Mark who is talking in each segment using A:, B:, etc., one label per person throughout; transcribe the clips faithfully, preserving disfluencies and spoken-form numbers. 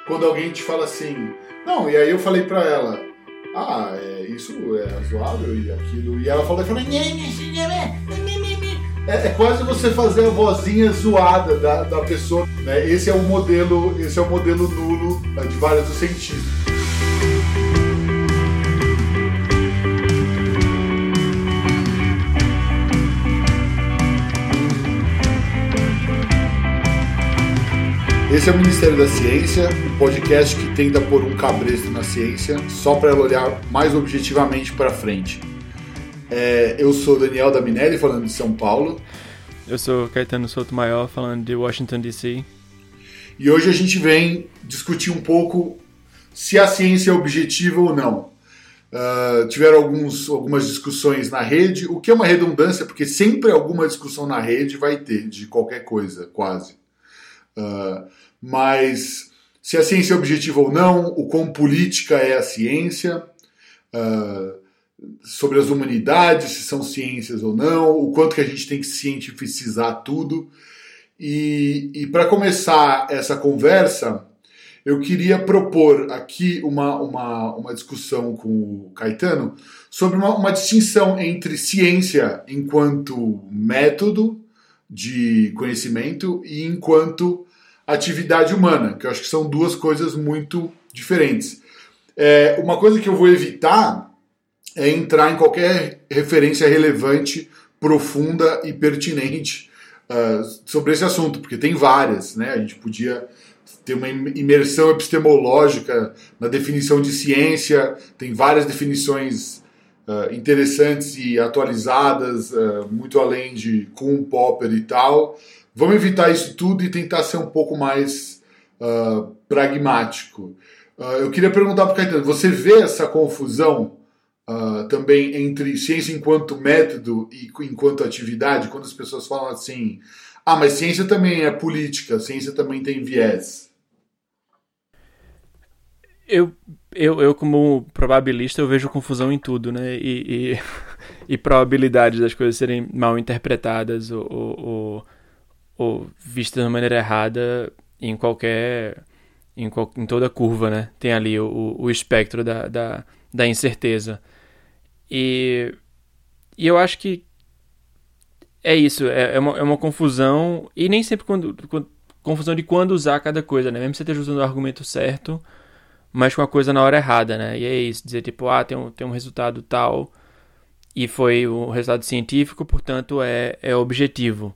A: quando alguém te fala assim... Não, e aí eu falei pra ela... Ah, é, isso é razoável e aquilo... E ela falou... É, é quase você fazer a vozinha zoada da, da pessoa. Né? Esse é o modelo, esse é o modelo nulo de vários dos cientistas. Esse é o Ministério da Ciência, um podcast que tenta pôr um cabresto na ciência só para ela olhar mais objetivamente para frente. É, eu sou Daniel Daminelli, falando de São Paulo.
B: Eu sou Caetano Sotomayor, falando de Washington, D C.
A: E hoje a gente vem discutir um pouco se a ciência é objetiva ou não. Uh, tiveram alguns, algumas discussões na rede, o que é uma redundância, porque sempre alguma discussão na rede vai ter, de qualquer coisa, quase. Uh, mas se a ciência é objetiva ou não, o quão política é a ciência, uh, sobre as humanidades, se são ciências ou não, o quanto que a gente tem que cientificizar tudo. E, e para começar essa conversa, eu queria propor aqui uma, uma, uma discussão com o Caetano sobre uma, uma distinção entre ciência enquanto método de conhecimento e enquanto atividade humana, que eu acho que são duas coisas muito diferentes. É, uma coisa que eu vou evitar é entrar em qualquer referência relevante, profunda e pertinente uh, sobre esse assunto, porque tem várias, né? A gente podia ter uma imersão epistemológica na definição de ciência, tem várias definições uh, interessantes e atualizadas, uh, muito além de Kuhn, Popper e tal. Vamos evitar isso tudo e tentar ser um pouco mais uh, pragmático. Uh, eu queria perguntar para o Caetano, você vê essa confusão Uh, também entre ciência enquanto método e enquanto atividade, quando as pessoas falam assim, ah, mas ciência também é política, ciência também tem viés?
B: Eu, eu, eu como probabilista, eu vejo confusão em tudo, né? E, e, e probabilidade das coisas serem mal interpretadas ou, ou, ou vistas de maneira errada em qualquer... em, qual, em toda curva, né? Tem ali o, o espectro da, da, da incerteza. E, e eu acho que é isso, é, é, uma, é uma confusão, e nem sempre quando, quando, confusão de quando usar cada coisa, né? Mesmo você esteja usando o argumento certo, mas com a coisa na hora errada, né? E é isso, dizer tipo, ah, tem um, tem um resultado tal, e foi um resultado científico, portanto é, é objetivo.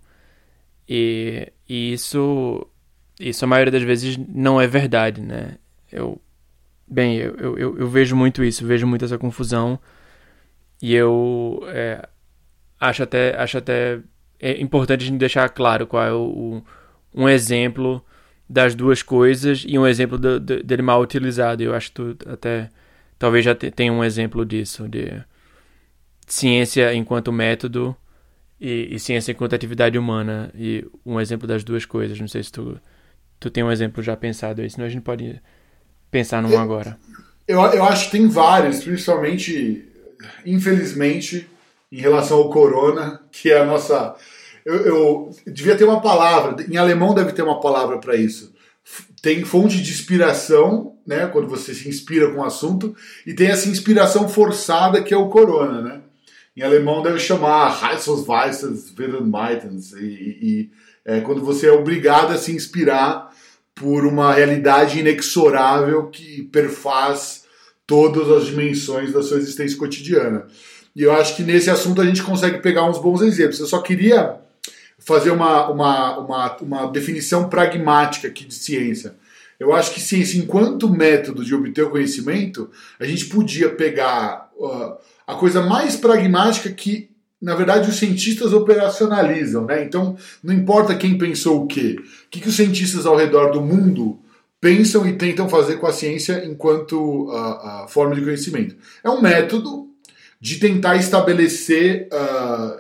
B: E, e isso, isso a maioria das vezes não é verdade, né? Eu, bem, eu, eu, eu, eu vejo muito isso, vejo muito essa confusão. E eu é, acho até, acho até é importante a gente deixar claro qual é o, o, um exemplo das duas coisas e um exemplo do, do, dele mal utilizado. Eu acho que tu até talvez já te, tenha um exemplo disso, de ciência enquanto método e, e ciência enquanto atividade humana, e um exemplo das duas coisas. Não sei se tu, tu tem um exemplo já pensado aí, senão a gente pode pensar num agora.
A: Eu, eu acho que tem vários, principalmente... infelizmente, em relação ao corona, que é a nossa... Eu, eu devia ter uma palavra, em alemão deve ter uma palavra para isso. Tem fonte de inspiração, né, quando você se inspira com o assunto, e tem essa inspiração forçada que é o corona, né? Em alemão deve chamar Heißes Willenmeitens, e, e é quando você é obrigado a se inspirar por uma realidade inexorável que perfaz todas as dimensões da sua existência cotidiana. E eu acho que nesse assunto a gente consegue pegar uns bons exemplos. Eu só queria fazer uma, uma, uma, uma definição pragmática aqui de ciência. Eu acho que ciência, enquanto método de obter o conhecimento, a gente podia pegar uh, a coisa mais pragmática que, na verdade, os cientistas operacionalizam, né? Então, não importa quem pensou o quê. O que, que os cientistas ao redor do mundo pensam e tentam fazer com a ciência enquanto uh, uh, forma de conhecimento. É um método de tentar estabelecer, uh,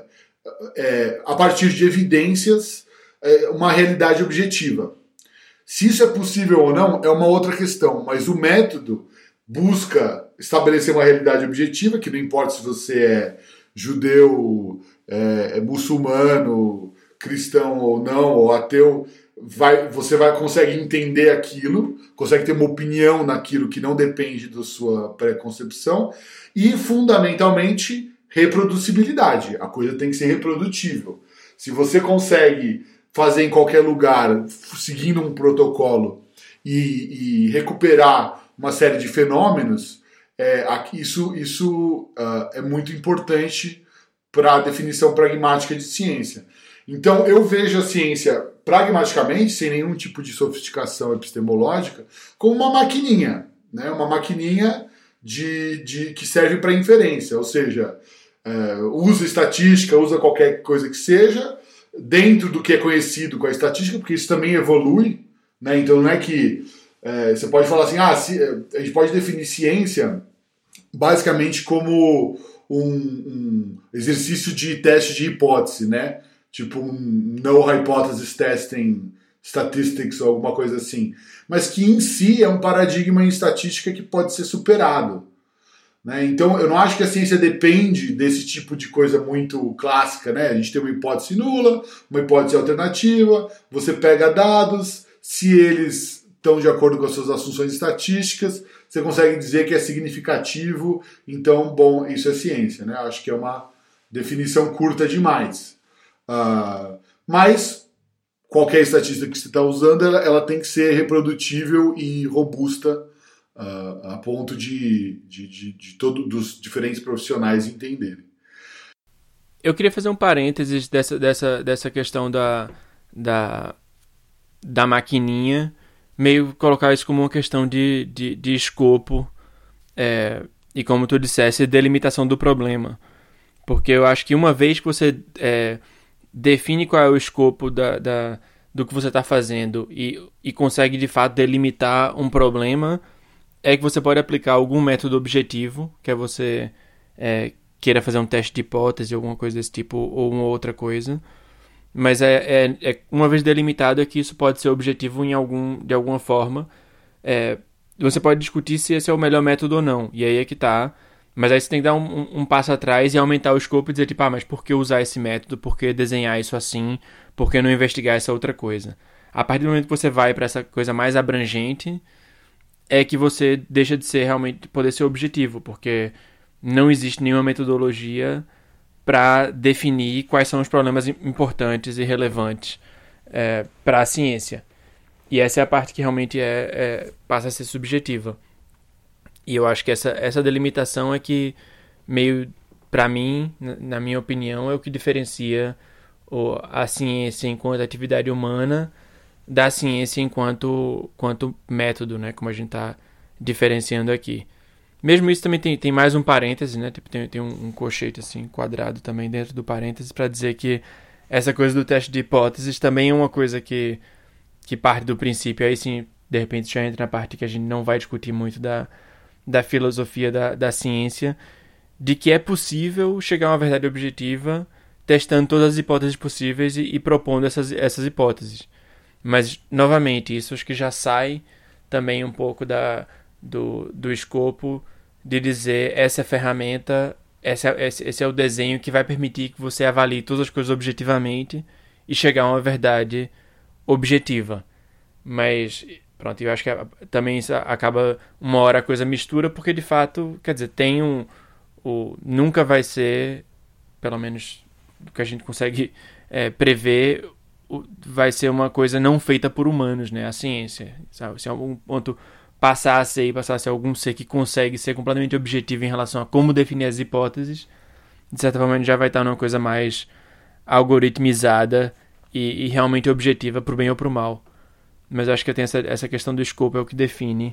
A: é, a partir de evidências, é, uma realidade objetiva. Se isso é possível ou não é uma outra questão, mas o método busca estabelecer uma realidade objetiva, que não importa se você é judeu, é, é muçulmano, cristão ou não, ou ateu, vai, você vai, consegue entender aquilo, consegue ter uma opinião naquilo que não depende da sua preconcepção, e, fundamentalmente, reproducibilidade. A coisa tem que ser reprodutível. Se você consegue fazer em qualquer lugar, seguindo um protocolo, e, e recuperar uma série de fenômenos, é, isso, isso uh, é muito importante para a definição pragmática de ciência. Então, eu vejo a ciência pragmaticamente, sem nenhum tipo de sofisticação epistemológica, como uma maquininha, né? Uma maquininha de, de, que serve para inferência, ou seja, é, usa estatística, usa qualquer coisa que seja, dentro do que é conhecido com a estatística, porque isso também evolui, né? Então não é que é, você pode falar assim, ah, se, a gente pode definir ciência basicamente como um, um exercício de teste de hipótese, né? Tipo um no hypothesis testing statistics ou alguma coisa assim, mas que em si é um paradigma em estatística que pode ser superado, né? Então eu não acho que a ciência depende desse tipo de coisa muito clássica, né? A gente tem uma hipótese nula, uma hipótese alternativa, você pega dados, se eles estão de acordo com as suas assunções estatísticas, você consegue dizer que é significativo, então, bom, isso é ciência, né? Acho que é uma definição curta demais. Uh, mas qualquer estatística que você está usando, ela, ela tem que ser reprodutível e robusta uh, a ponto de, de, de, de todos os diferentes profissionais entenderem.
B: Eu queria fazer um parênteses dessa, dessa, dessa questão da, da, da maquininha, meio colocar isso como uma questão de, de, de escopo é, e, como tu dissesse, delimitação do problema. Porque eu acho que uma vez que você é, define qual é o escopo da, da, do que você está fazendo e, e consegue, de fato, delimitar um problema, é que você pode aplicar algum método objetivo, que é você é, queira fazer um teste de hipótese, alguma coisa desse tipo, ou uma outra coisa. Mas é, é, é uma vez delimitado é que isso pode ser objetivo em algum, de alguma forma. É, você pode discutir se esse é o melhor método ou não, e aí é que tá. Mas aí você tem que dar um, um, um passo atrás e aumentar o escopo e dizer, tipo, ah, mas por que usar esse método? Por que desenhar isso assim? Por que não investigar essa outra coisa? A partir do momento que você vai para essa coisa mais abrangente, é que você deixa de ser realmente, poder ser objetivo, porque não existe nenhuma metodologia para definir quais são os problemas importantes e relevantes é, para a ciência. E essa é a parte que realmente é, é, passa a ser subjetiva. E eu acho que essa, essa delimitação é que, meio, para mim, na minha opinião, é o que diferencia o, a ciência enquanto atividade humana da ciência enquanto, enquanto método, né? Como a gente está diferenciando aqui. Mesmo isso também tem, tem mais um parêntese, né? Tipo, tem, tem um, um colchete assim, quadrado também dentro do parêntese para dizer que essa coisa do teste de hipóteses também é uma coisa que, que parte do princípio. Aí sim, de repente já entra na parte que a gente não vai discutir muito da... da filosofia da, da ciência, de que é possível chegar a uma verdade objetiva testando todas as hipóteses possíveis e, e propondo essas, essas hipóteses. Mas, novamente, isso acho que já sai também um pouco da, do, do escopo de dizer essa é a ferramenta, essa, esse, esse é o desenho que vai permitir que você avalie todas as coisas objetivamente e chegar a uma verdade objetiva. Mas... Pronto, eu acho que também isso acaba uma hora a coisa mistura, porque de fato, quer dizer, tem um... O, nunca vai ser, pelo menos do que a gente consegue é, prever, o, vai ser uma coisa não feita por humanos, né? A ciência, sabe? Se em algum ponto passar a ser, passar a ser algum ser que consegue ser completamente objetivo em relação a como definir as hipóteses, de certa forma já vai estar numa coisa mais algoritmizada e, e realmente objetiva pro bem ou pro mal. Mas eu acho que tem essa, essa questão do escopo é o que define.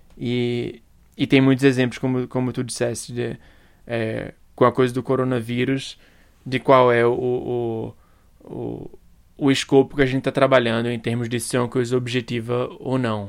B: E, e tem muitos exemplos, como, como tu disseste, de, é, com a coisa do coronavírus, de qual é o, o, o, o escopo que a gente está trabalhando em termos de ser uma coisa objetiva ou não.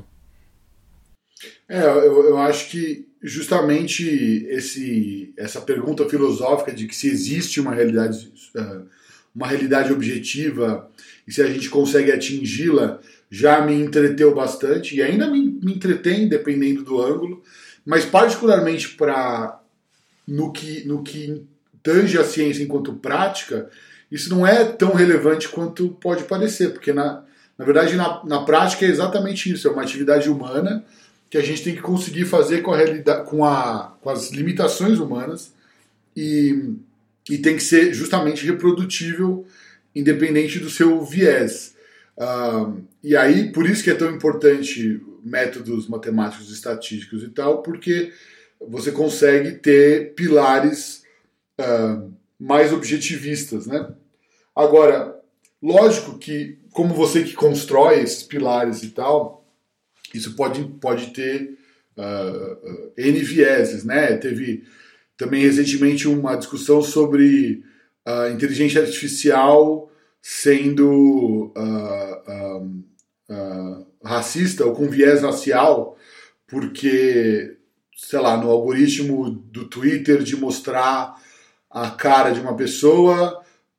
A: É, eu, eu acho que justamente esse, essa pergunta filosófica de que se existe uma realidade, uma realidade objetiva e se a gente consegue atingi-la, já me entreteu bastante e ainda me, me entretém, dependendo do ângulo, mas particularmente para no que, no que tange a ciência enquanto prática, isso não é tão relevante quanto pode parecer, porque na, Na verdade, na, na prática é exatamente isso, é uma atividade humana que a gente tem que conseguir fazer com, a realidade, com, a, com as limitações humanas e, e tem que ser justamente reprodutível, independente do seu viés. Uh, e aí, por isso que é tão importante métodos matemáticos, estatísticos e tal, porque você consegue ter pilares uh, mais objetivistas, né? Agora, lógico que, como você que constrói esses pilares e tal, isso pode, pode ter uh, uh, N vieses, né? Teve também recentemente uma discussão sobre a inteligência artificial sendo uh, uh, uh, racista ou com viés racial, porque, sei lá, no algoritmo do Twitter de mostrar a cara de uma pessoa,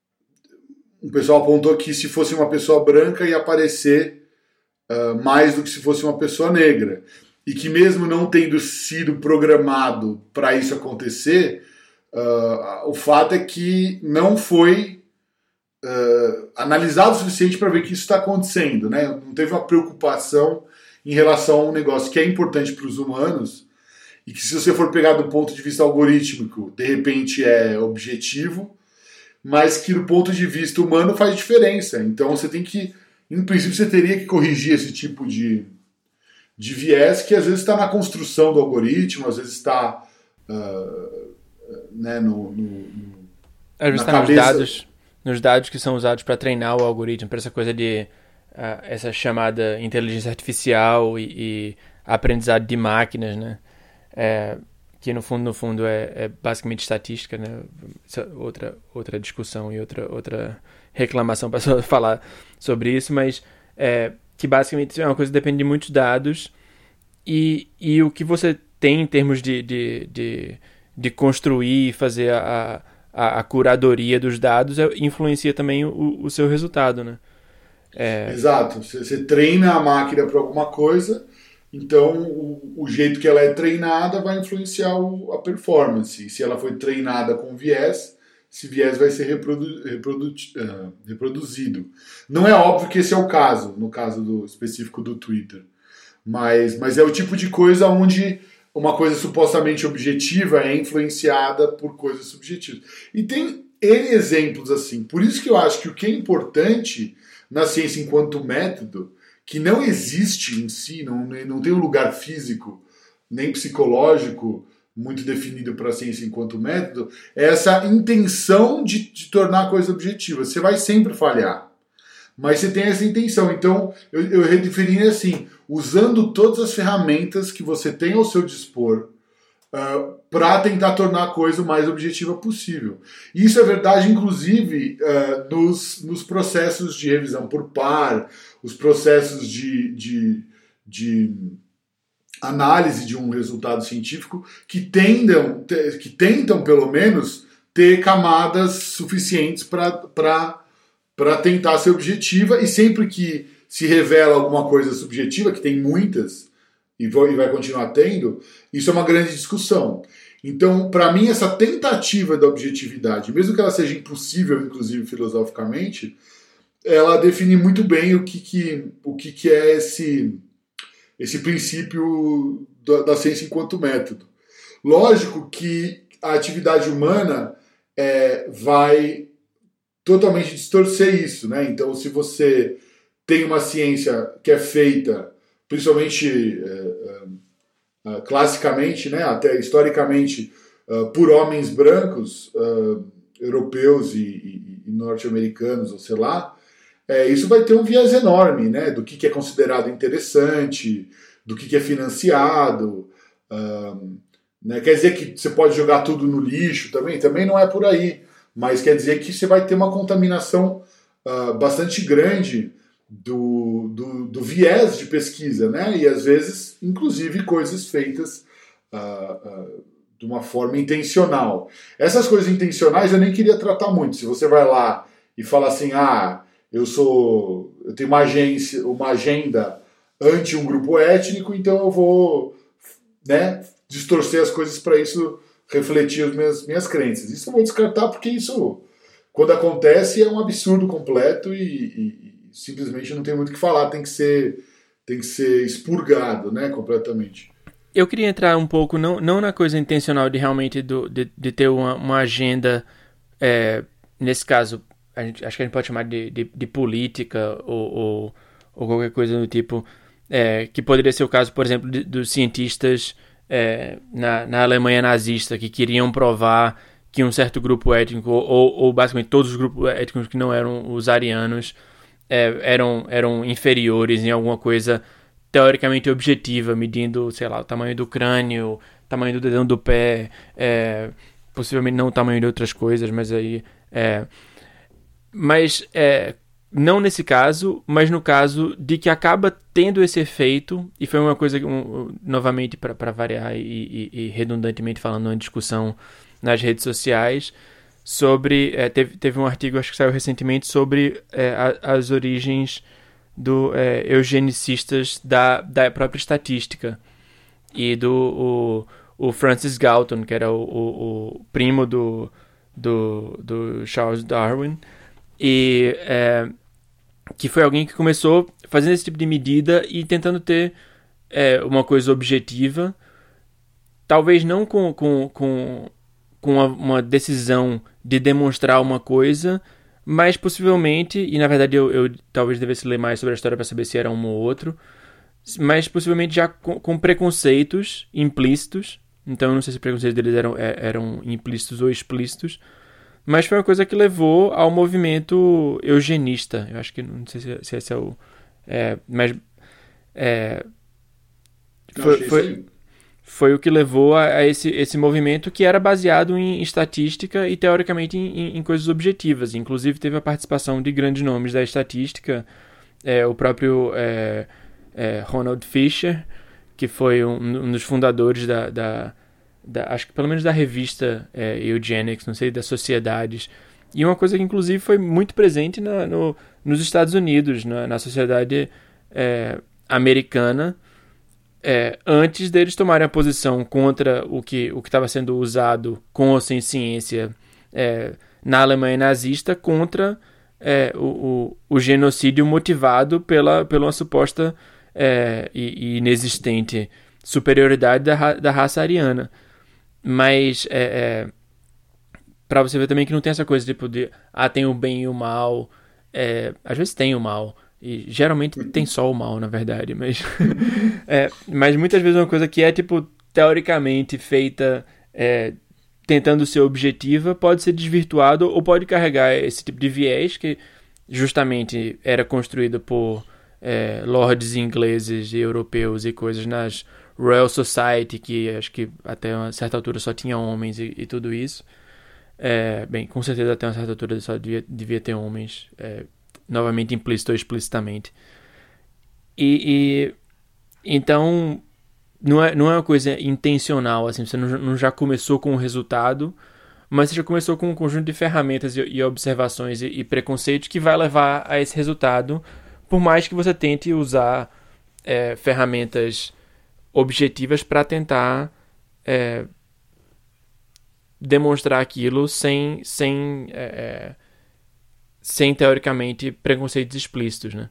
A: o pessoal apontou que se fosse uma pessoa branca ia aparecer uh, mais do que se fosse uma pessoa negra. E que mesmo não tendo sido programado para isso acontecer, uh, o fato é que não foi uh, analisado o suficiente para ver que isso está acontecendo, né? Não teve uma preocupação em relação a um negócio que é importante para os humanos e que, se você for pegar do ponto de vista algorítmico, de repente é objetivo, mas que do ponto de vista humano faz diferença. Então você tem que, em princípio, você teria que corrigir esse tipo de, de viés que às vezes está na construção do algoritmo, às vezes está uh, né, no, no, no,
B: às vezes está nos dados, nos dados que são usados para treinar o algoritmo, para essa coisa de uh, essa chamada inteligência artificial e, e aprendizado de máquinas, né? É, que no fundo, no fundo é, é basicamente estatística, né? Outra, outra discussão e outra, outra reclamação para falar sobre isso, mas é, que basicamente é uma coisa que depende de muitos dados e, e o que você tem em termos de, de, de, de construir e fazer a, a, a curadoria dos dados é, influencia também o, o seu resultado, né? É...
A: Exato, você, você treina a máquina para alguma coisa. Então, o, o jeito que ela é treinada vai influenciar o, a performance. E se ela foi treinada com viés, esse viés vai ser reprodu, reprodu, uh, reproduzido. Não é óbvio que esse é o caso, no caso do, específico do Twitter. Mas, mas é o tipo de coisa onde uma coisa supostamente objetiva é influenciada por coisas subjetivas. E tem N exemplos assim. Por isso que eu acho que o que é importante na ciência enquanto método, que não existe em si, não, não tem um lugar físico nem psicológico muito definido para a ciência enquanto método, é essa intenção de, de tornar a coisa objetiva. Você vai sempre falhar, mas você tem essa intenção. Então, eu, eu redefiniria assim, usando todas as ferramentas que você tem ao seu dispor uh, para tentar tornar a coisa o mais objetiva possível. E isso é verdade, inclusive, uh, nos, nos processos de revisão por par, os processos de, de, de análise de um resultado científico que, tendam, que tentam, pelo menos, ter camadas suficientes para tentar ser objetiva, e sempre que se revela alguma coisa subjetiva, que tem muitas, e vai continuar tendo, isso é uma grande discussão. Então, para mim, essa tentativa da objetividade, mesmo que ela seja impossível, inclusive filosoficamente, ela define muito bem o que, que, o que, que é esse, esse princípio da, da ciência enquanto método. Lógico que a atividade humana é, vai totalmente distorcer isso, né? Então, se você tem uma ciência que é feita, principalmente é, é, classicamente, né, até historicamente, uh, por homens brancos, uh, europeus e, e, e norte-americanos, ou sei lá, É, isso vai ter um viés enorme, né, do que, que é considerado interessante, do que, que é financiado. Um, né, quer dizer que você pode jogar tudo no lixo também? Também não é por aí. Mas quer dizer que você vai ter uma contaminação uh, bastante grande do, do, do viés de pesquisa, né, e às vezes, inclusive, coisas feitas uh, uh, de uma forma intencional. Essas coisas intencionais eu nem queria tratar muito. Se você vai lá e fala assim, ah, eu sou, eu tenho uma agência, uma agenda anti um grupo étnico, então eu vou, né, distorcer as coisas para isso refletir as minhas, minhas crenças. Isso eu vou descartar porque isso, quando acontece, é um absurdo completo e, e simplesmente não tem muito o que falar, tem que ser, tem que ser expurgado, né, completamente.
B: Eu queria entrar um pouco, não, não na coisa intencional de realmente do, de, de ter uma, uma agenda, é, nesse caso, a gente, acho que a gente pode chamar de, de, de política ou, ou, ou qualquer coisa do tipo, é, que poderia ser o caso, por exemplo, de, dos cientistas é, na, na Alemanha nazista, que queriam provar que um certo grupo étnico, ou, ou basicamente todos os grupos étnicos que não eram os arianos, é, eram, eram inferiores em alguma coisa teoricamente objetiva, medindo, sei lá, o tamanho do crânio, tamanho do dedão do pé, é, possivelmente não o tamanho de outras coisas, mas aí... É, mas é, não nesse caso, mas no caso de que acaba tendo esse efeito, e foi uma coisa, um, novamente, para variar e, e, e redundantemente falando, uma discussão nas redes sociais, sobre... É, teve, teve um artigo, acho que saiu recentemente, sobre é, a, as origens do é, eugenicistas da, da própria estatística, e do o, o Francis Galton, que era o, o, o primo do, do, do Charles Darwin, e é, que foi alguém que começou fazendo esse tipo de medida e tentando ter é, uma coisa objetiva, talvez não com, com, com, com uma, uma decisão de demonstrar uma coisa, mas possivelmente, e na verdade eu, eu talvez devesse ler mais sobre a história para saber se era um ou outro, mas possivelmente já com, com preconceitos implícitos. Então eu não sei se os preconceitos deles eram, eram implícitos ou explícitos, mas foi uma coisa que levou ao movimento eugenista. Eu acho que, não sei se, se esse é o... É, mas... É, foi, foi, foi o que levou a, a esse, esse movimento, que era baseado em estatística e teoricamente em, em coisas objetivas. Inclusive teve a participação de grandes nomes da estatística, é, o próprio é, é, Ronald Fisher, que foi um, um dos fundadores da, da, da, acho que pelo menos da revista é, Eugenics, não sei, das sociedades. E uma coisa que inclusive foi muito presente na, no, nos Estados Unidos, na, na sociedade é, americana, É, antes deles tomarem a posição contra o que o que estava sendo usado com ou sem ciência é, na Alemanha nazista, contra é, o, o, o genocídio motivado pela, pela uma suposta é, e, e inexistente superioridade da, ra, da raça ariana. Mas é, é, para você ver também que não tem essa coisa tipo de ah, tem o bem e o mal. É, às vezes tem o mal, e geralmente tem só o mal, na verdade, mas, é, mas muitas vezes uma coisa que é, tipo, teoricamente feita é, tentando ser objetiva, pode ser desvirtuado ou pode carregar esse tipo de viés que justamente era construído por é, lords ingleses e europeus e coisas nas Royal Society, que acho que até uma certa altura só tinha homens e, e tudo isso. É, bem, com certeza até uma certa altura só devia, devia ter homens, é, novamente implícito ou explicitamente. E, e então não é, não é uma coisa intencional, assim, você não, não já começou com o resultado, mas você já começou com um conjunto de ferramentas e, e observações e, e preconceitos que vai levar a esse resultado, por mais que você tente usar é, ferramentas objetivas para tentar é, demonstrar aquilo sem, sem, é, sem teoricamente preconceitos explícitos, né?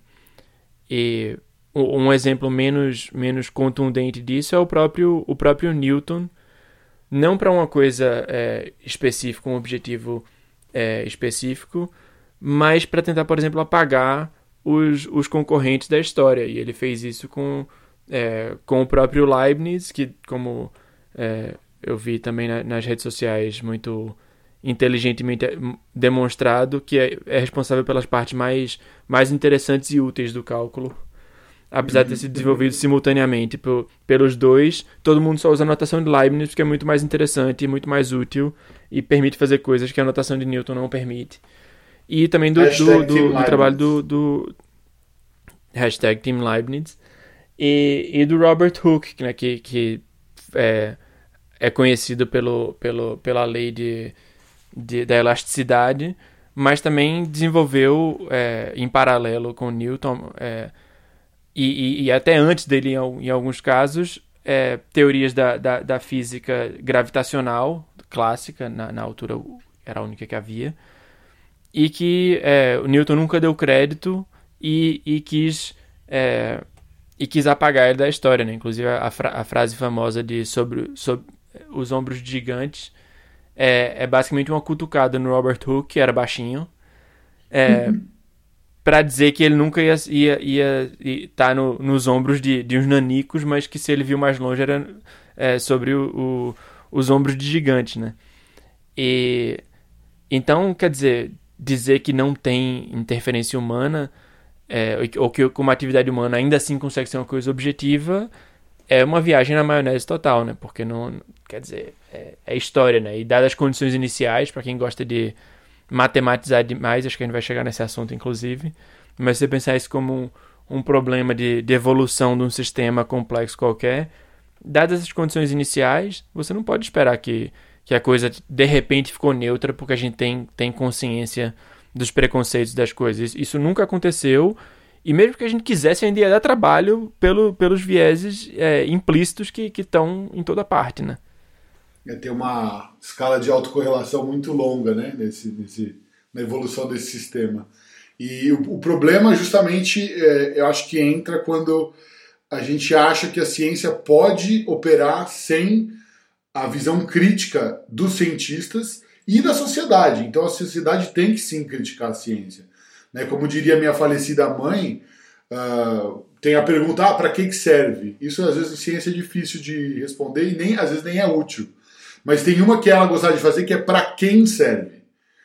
B: E um exemplo menos, menos contundente disso é o próprio, o próprio Newton, não para uma coisa é, específica, um objetivo é, específico, mas para tentar, por exemplo, apagar os, os concorrentes da história. E ele fez isso com, é, com o próprio Leibniz, que, como é, eu vi também na, nas redes sociais, muito inteligentemente demonstrado, que é, é responsável pelas partes mais, mais interessantes e úteis do cálculo. Apesar de ter sido desenvolvido simultaneamente por, pelos dois, todo mundo só usa a notação de Leibniz porque é muito mais interessante e muito mais útil e permite fazer coisas que a notação de Newton não permite. E também do, do, do, do trabalho do, do hashtag Team Leibniz e, e do Robert Hooke, né, que, que é, é conhecido pelo, pelo, pela lei de, de, da elasticidade, mas também desenvolveu é, em paralelo com Newton é, E, e, e até antes dele, em, em alguns casos, é, teorias da, da, da física gravitacional clássica, na, na altura era a única que havia, e que é, o Newton nunca deu crédito, e, e quis é, e quis apagar ele da história, né? Inclusive a, fra- a frase famosa de sobre, sobre os ombros de gigantes é, é basicamente uma cutucada no Robert Hooke, que era baixinho, é, para dizer que ele nunca ia estar ia, ia, ia tá no, nos ombros de, de uns nanicos, mas que se ele viu mais longe era é, sobre o, o, os ombros de gigantes, né? E então, quer dizer, dizer que não tem interferência humana, é, ou que uma atividade humana ainda assim consegue ser uma coisa objetiva, é uma viagem na maionese total, né? Porque não, quer dizer, é, é história, né? E dadas as condições iniciais, para quem gosta de matematizar demais, acho que a gente vai chegar nesse assunto, inclusive, mas você pensar isso como um, um problema de, de evolução de um sistema complexo qualquer, dadas as condições iniciais, você não pode esperar que, que a coisa de repente ficou neutra porque a gente tem, tem consciência dos preconceitos das coisas. Isso nunca aconteceu, e mesmo que a gente quisesse, ainda ia dar trabalho pelo, pelos vieses é, implícitos que estão em toda parte, né?
A: É ter uma escala de autocorrelação muito longa, né, nesse, nesse, na evolução desse sistema. E o, o problema, justamente, é, eu acho que entra quando a gente acha que a ciência pode operar sem a visão crítica dos cientistas e da sociedade. Então a sociedade tem que sim criticar a ciência. Né? Como diria minha falecida mãe, uh, tem a pergunta, ah, para que, que serve? Isso às vezes em ciência é difícil de responder e nem, às vezes nem é útil. Mas tem uma que ela gostava de fazer que é para quem serve.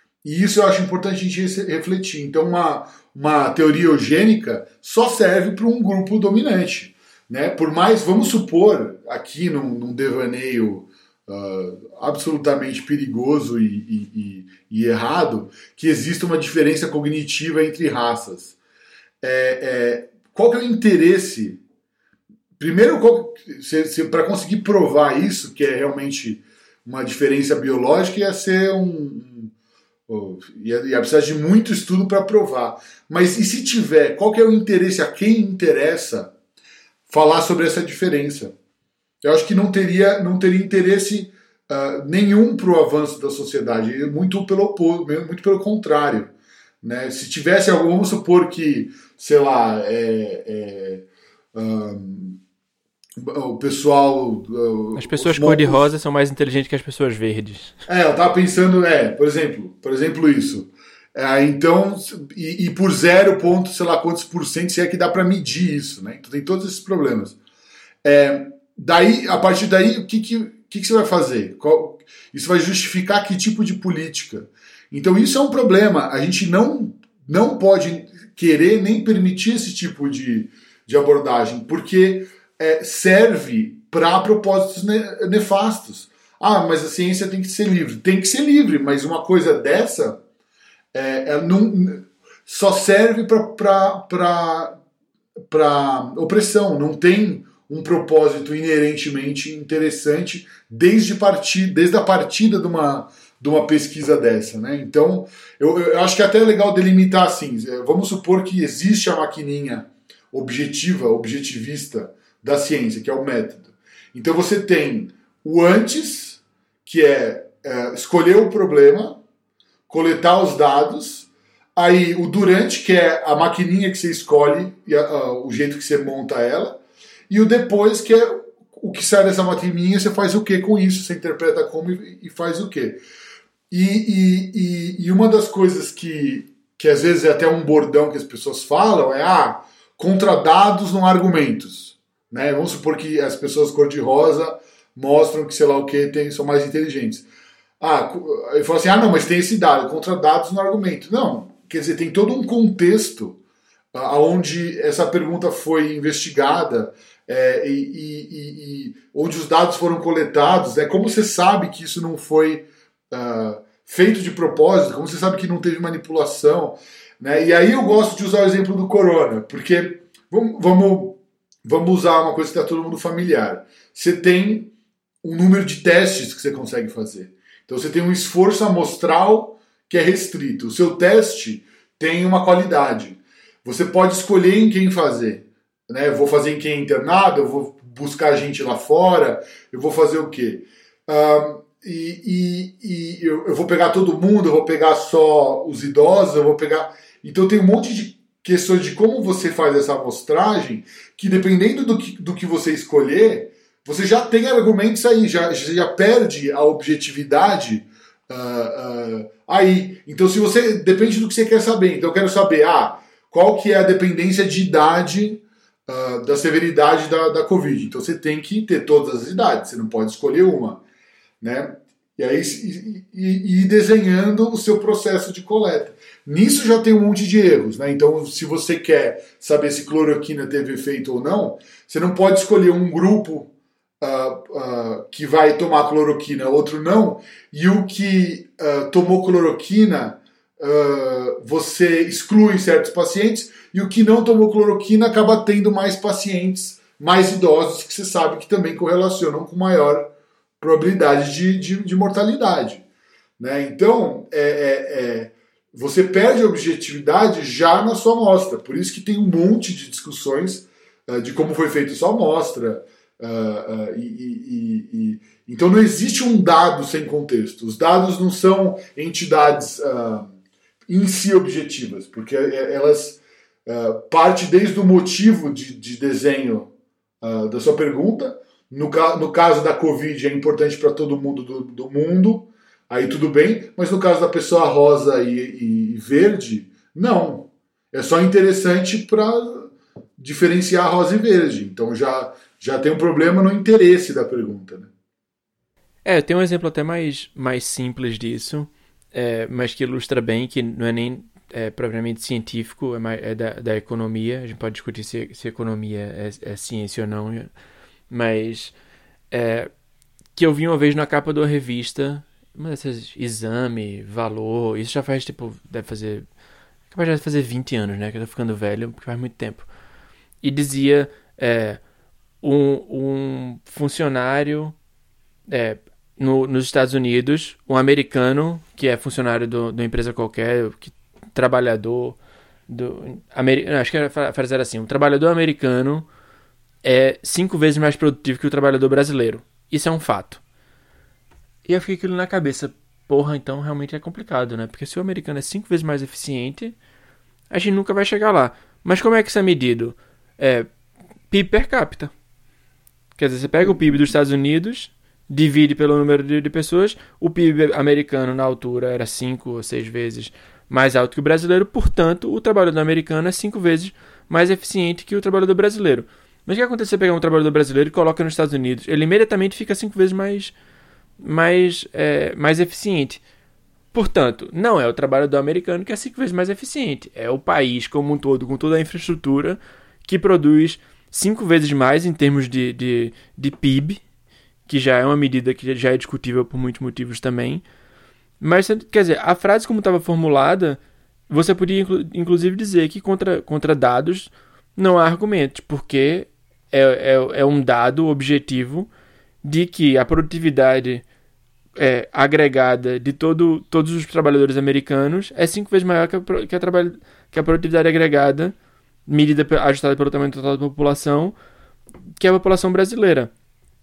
A: E isso eu acho importante a gente refletir. Então uma, uma teoria eugênica só serve para um grupo dominante. Né? Por mais, vamos supor, aqui num, num devaneio uh, absolutamente perigoso e, e, e, e errado, que exista uma diferença cognitiva entre raças. É, é, qual que é o interesse? Primeiro, para conseguir provar isso, que é realmente uma diferença biológica, ia ser um... um ia, ia precisar de muito estudo para provar. Mas e se tiver, qual que é o interesse? A quem interessa falar sobre essa diferença? Eu acho que não teria, não teria interesse uh, nenhum para o avanço da sociedade, muito pelo oposto, muito pelo contrário. Né? Se tivesse algo, vamos supor que, sei lá, é, é, um, o pessoal...
B: As pessoas cor-de-rosa são mais inteligentes que as pessoas verdes.
A: É, eu tava pensando, é, por exemplo, por exemplo isso. É, então, e, e por zero ponto, sei lá quantos por cento, se é que dá para medir isso, né? Então tem todos esses problemas. É, daí, a partir daí, o que, que, que, que você vai fazer? Qual, isso vai justificar que tipo de política? Então isso é um problema. A gente não, não pode querer nem permitir esse tipo de, de abordagem, porque é, serve para propósitos nefastos. Ah, mas a ciência tem que ser livre. Tem que ser livre, mas uma coisa dessa é, é, não, só serve para opressão. Não tem um propósito inerentemente interessante desde, partir, desde a partida de uma, de uma pesquisa dessa. Né? Então, eu, eu acho que é até legal delimitar assim. Vamos supor que existe a maquininha objetiva, objetivista da ciência, que é o método. Então você tem o antes, que é, é escolher o problema, coletar os dados, aí o durante, que é a maquininha que você escolhe, e a, a, o jeito que você monta ela, e o depois, que é o que sai dessa maquininha, você faz o que com isso, você interpreta como e, e faz o que. E, e, e, e uma das coisas que, que às vezes é até um bordão que as pessoas falam é, ah, contra dados não há argumentos. Né? Vamos supor que as pessoas cor-de-rosa mostram que sei lá o que tem, são mais inteligentes. Ah, ele fala assim, ah não, mas tem esse dado, contra dados no argumento. Não, quer dizer, tem todo um contexto uh, onde essa pergunta foi investigada é, e, e, e onde os dados foram coletados. Né? Como você sabe que isso não foi uh, feito de propósito, como você sabe que não teve manipulação. Né? E aí eu gosto de usar o exemplo do corona, porque vamos... vamos Vamos usar uma coisa que está todo mundo familiar. Você tem um número de testes que você consegue fazer. Então você tem um esforço amostral que é restrito. O seu teste tem uma qualidade. Você pode escolher em quem fazer. Né? Eu vou fazer em quem é internado, eu vou buscar gente lá fora, eu vou fazer o quê? Um, e e, e eu, eu vou pegar todo mundo, eu vou pegar só os idosos, eu vou pegar... Então tem um monte de questões de como você faz essa amostragem, que dependendo do que, do que você escolher, você já tem argumentos aí, já, já perde a objetividade uh, uh, aí. Então, se você depende do que você quer saber. Então, eu quero saber ah, qual que é a dependência de idade uh, da severidade da, da Covid. Então, você tem que ter todas as idades, você não pode escolher uma, né? E aí e, e, e desenhando o seu processo de coleta. Nisso já tem um monte de erros, né? Então, se você quer saber se cloroquina teve efeito ou não, você não pode escolher um grupo uh, uh, que vai tomar cloroquina, outro não, e o que uh, tomou cloroquina uh, você exclui certos pacientes, e o que não tomou cloroquina acaba tendo mais pacientes mais idosos que você sabe que também correlacionam com maior probabilidade de, de, de mortalidade, né? Então, é, é, é, você perde a objetividade já na sua amostra. Por isso que tem um monte de discussões uh, de como foi feita sua amostra. Uh, uh, e, e, e, então, não existe um dado sem contexto. Os dados não são entidades uh, em si objetivas, porque elas uh, partem desde o motivo de, de desenho uh, da sua pergunta. No, no caso da Covid é importante para todo mundo do, do mundo, aí tudo bem, mas no caso da pessoa rosa e, e verde, não. É só interessante para diferenciar rosa e verde. Então já, já tem um problema no interesse da pergunta, né?
B: É, tem um exemplo até mais, mais simples disso, é, mas que ilustra bem que não é nem é, propriamente científico, é, mais, é da, da economia. A gente pode discutir se, se economia é, é ciência ou não, mas é, que eu vi uma vez na capa de uma revista, uma dessas Exame, Valor, isso já faz tipo, deve fazer, capaz de fazer vinte anos, né, que eu tô ficando velho, porque faz muito tempo, e dizia é, um, um funcionário é, no, nos Estados Unidos, um americano que é funcionário do, de uma empresa qualquer, que, trabalhador do, amer, acho que era fazer assim, um trabalhador americano é cinco vezes mais produtivo que o trabalhador brasileiro. Isso é um fato. E eu fiquei com aquilo na cabeça. Porra, então realmente é complicado, né? Porque se o americano é cinco vezes mais eficiente, a gente nunca vai chegar lá. Mas como é que isso é medido? É P I B per capita. Quer dizer, você pega o P I B dos Estados Unidos, divide pelo número de, de pessoas, o P I B americano na altura era cinco ou seis vezes mais alto que o brasileiro, portanto, o trabalhador americano é cinco vezes mais eficiente que o trabalhador brasileiro. Mas o que acontece se você pegar um trabalhador brasileiro e coloca nos Estados Unidos? Ele imediatamente fica cinco vezes mais, mais, é, mais eficiente. Portanto, não é o trabalhador americano que é cinco vezes mais eficiente. É o país como um todo, com toda a infraestrutura, que produz cinco vezes mais em termos de, de, de P I B, que já é uma medida que já é discutível por muitos motivos também. Mas, quer dizer, a frase como estava formulada, você podia inclu- inclusive dizer que contra, contra dados não há argumentos, porque é, é, é um dado objetivo de que a produtividade é, agregada de todo, todos os trabalhadores americanos é cinco vezes maior que a, que a, traba- que a produtividade agregada, medida ajustada pelo tamanho total da população, que é a população brasileira.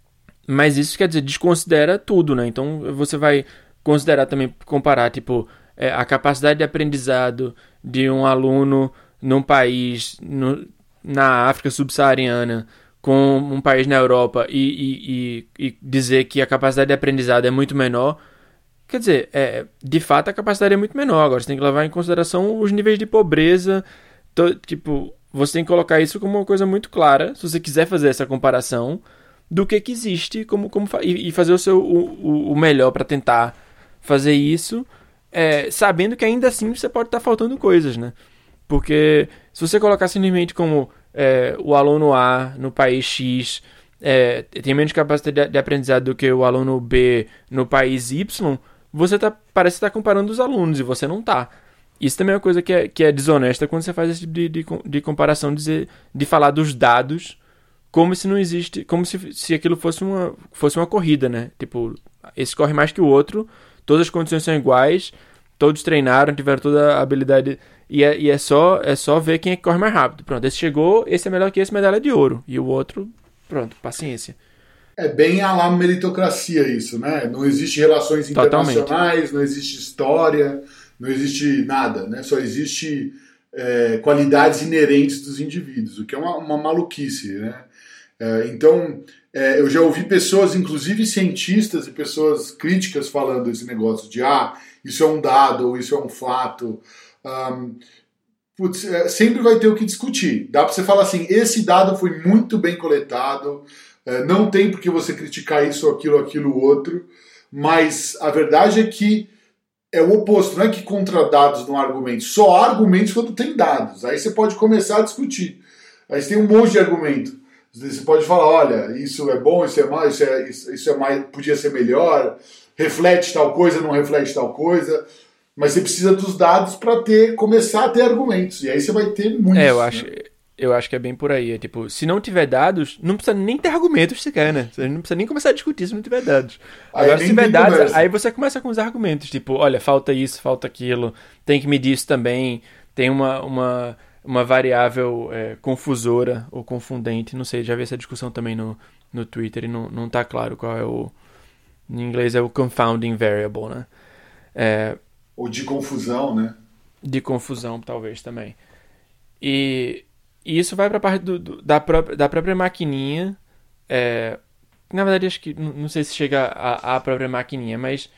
B: Mas isso, quer dizer, desconsidera tudo, né? Então você vai considerar também, comparar, tipo, é, a capacidade de aprendizado de um aluno num país, no, na África subsaariana, com um país na Europa e, e, e, e dizer que a capacidade de aprendizado é muito menor, quer dizer, é, de fato a capacidade é muito menor. Agora você tem que levar em consideração os níveis de pobreza, to, tipo, você tem que colocar isso como uma coisa muito clara, se você quiser fazer essa comparação, do que que existe como, como, e, e fazer o, seu, o, o melhor para tentar fazer isso, é, sabendo que ainda assim você pode estar faltando coisas, né? Porque se você colocar simplesmente como é, o aluno A no país X é, tem menos capacidade de, de aprendizado do que o aluno B no país Y, você tá, parece estar tá comparando os alunos e você não está. Isso também é uma coisa que é, que é desonesta quando você faz esse tipo de, de, de comparação, de, de falar dos dados como se não existe, como se, se aquilo fosse uma, fosse uma corrida, né? Tipo, esse corre mais que o outro, todas as condições são iguais, todos treinaram, tiveram toda a habilidade, e é, e é, só, é só ver quem é que corre mais rápido. Pronto, esse chegou, esse é melhor que esse, medalha de ouro. E o outro, pronto, paciência.
A: É bem a lá meritocracia isso, né? Não existe relações internacionais, Totalmente. Não existe história, não existe nada, né? Só existe é, qualidades inerentes dos indivíduos, o que é uma, uma maluquice, né? É, então, é, eu já ouvi pessoas, inclusive cientistas e pessoas críticas falando esse negócio de ah, isso é um dado, ou isso é um fato. Um, putz, é, sempre vai ter o que discutir. Dá para você falar assim, esse dado foi muito bem coletado, é, não tem por que você criticar isso, aquilo, aquilo, outro, mas a verdade é que é o oposto, não é que contra dados não há argumentos, só há argumentos quando tem dados. Aí você pode começar a discutir. Aí você tem um monte de argumento. Você pode falar, olha, isso é bom, isso é mais, isso é, isso é mais, podia ser melhor, reflete tal coisa, não reflete tal coisa, mas você precisa dos dados para ter, começar a ter argumentos, e aí você vai ter muitos.
B: É, eu acho,
A: né?
B: eu acho que é bem por aí. É tipo, se não tiver dados, não precisa nem ter argumentos sequer, né? Você não precisa nem começar a discutir se não tiver dados. Agora,
A: Aí
B: se tiver dados,
A: conversa.
B: aí você começa com os argumentos, tipo, olha, falta isso, falta aquilo, tem que medir isso também, tem uma, uma, uma variável é, confusora ou confundente, não sei, já vi essa discussão também no, no Twitter e não, não tá claro qual é o... Em inglês é o confounding variable, né? É,
A: Ou de confusão, né?
B: de confusão, talvez, também. E, e isso vai para a parte do, do, da, própria, da própria maquininha. É, na verdade, acho que não, não sei se chega à própria maquininha, mas,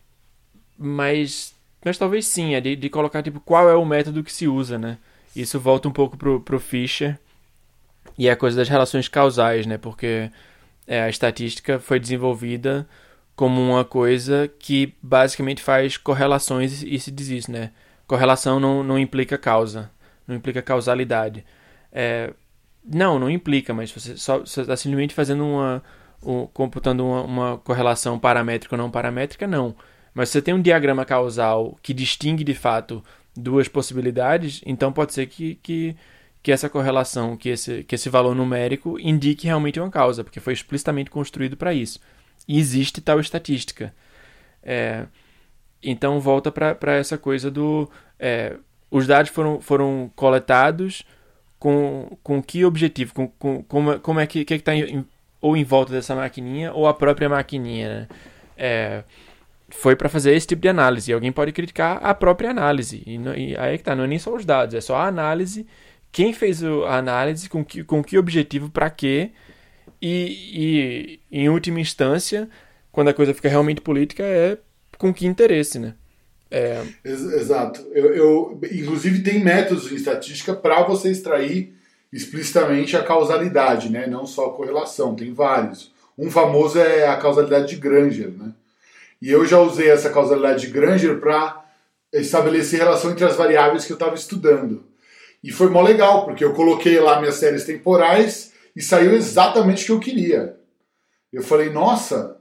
B: mas, mas talvez sim, é de, de colocar tipo, qual é o método que se usa, né? Isso volta um pouco pro, pro Fisher e é a coisa das relações causais, né? Porque é, a estatística foi desenvolvida como uma coisa que basicamente faz correlações e se diz isso, né? Correlação não, não implica causa, não implica causalidade. É, não, não implica, mas você só está simplesmente fazendo uma, um, computando uma, uma correlação paramétrica ou não paramétrica, não. Mas se você tem um diagrama causal que distingue de fato duas possibilidades, então pode ser que, que, que essa correlação, que esse, que esse valor numérico indique realmente uma causa, porque foi explicitamente construído para isso. E existe tal estatística. É, então volta para essa coisa do... É, os dados foram, foram coletados com, com que objetivo? Com, com, como, como é que está ou em volta dessa maquininha ou a própria maquininha, né? É, foi para fazer esse tipo de análise. E alguém pode criticar a própria análise. E, não, e aí é que tá, não é nem só os dados, é só a análise. Quem fez a análise, com que, com que objetivo, para quê? E, e, em última instância, quando a coisa fica realmente política, é com que interesse, né? É...
A: Exato. Eu, eu, inclusive, tem métodos em estatística para você extrair explicitamente a causalidade, né? Não só a correlação, tem vários. Um famoso é a causalidade de Granger, né? E eu já usei essa causalidade de Granger para estabelecer relação entre as variáveis que eu estava estudando. E foi mó legal, porque eu coloquei lá minhas séries temporais e saiu exatamente o que eu queria. Eu falei, nossa,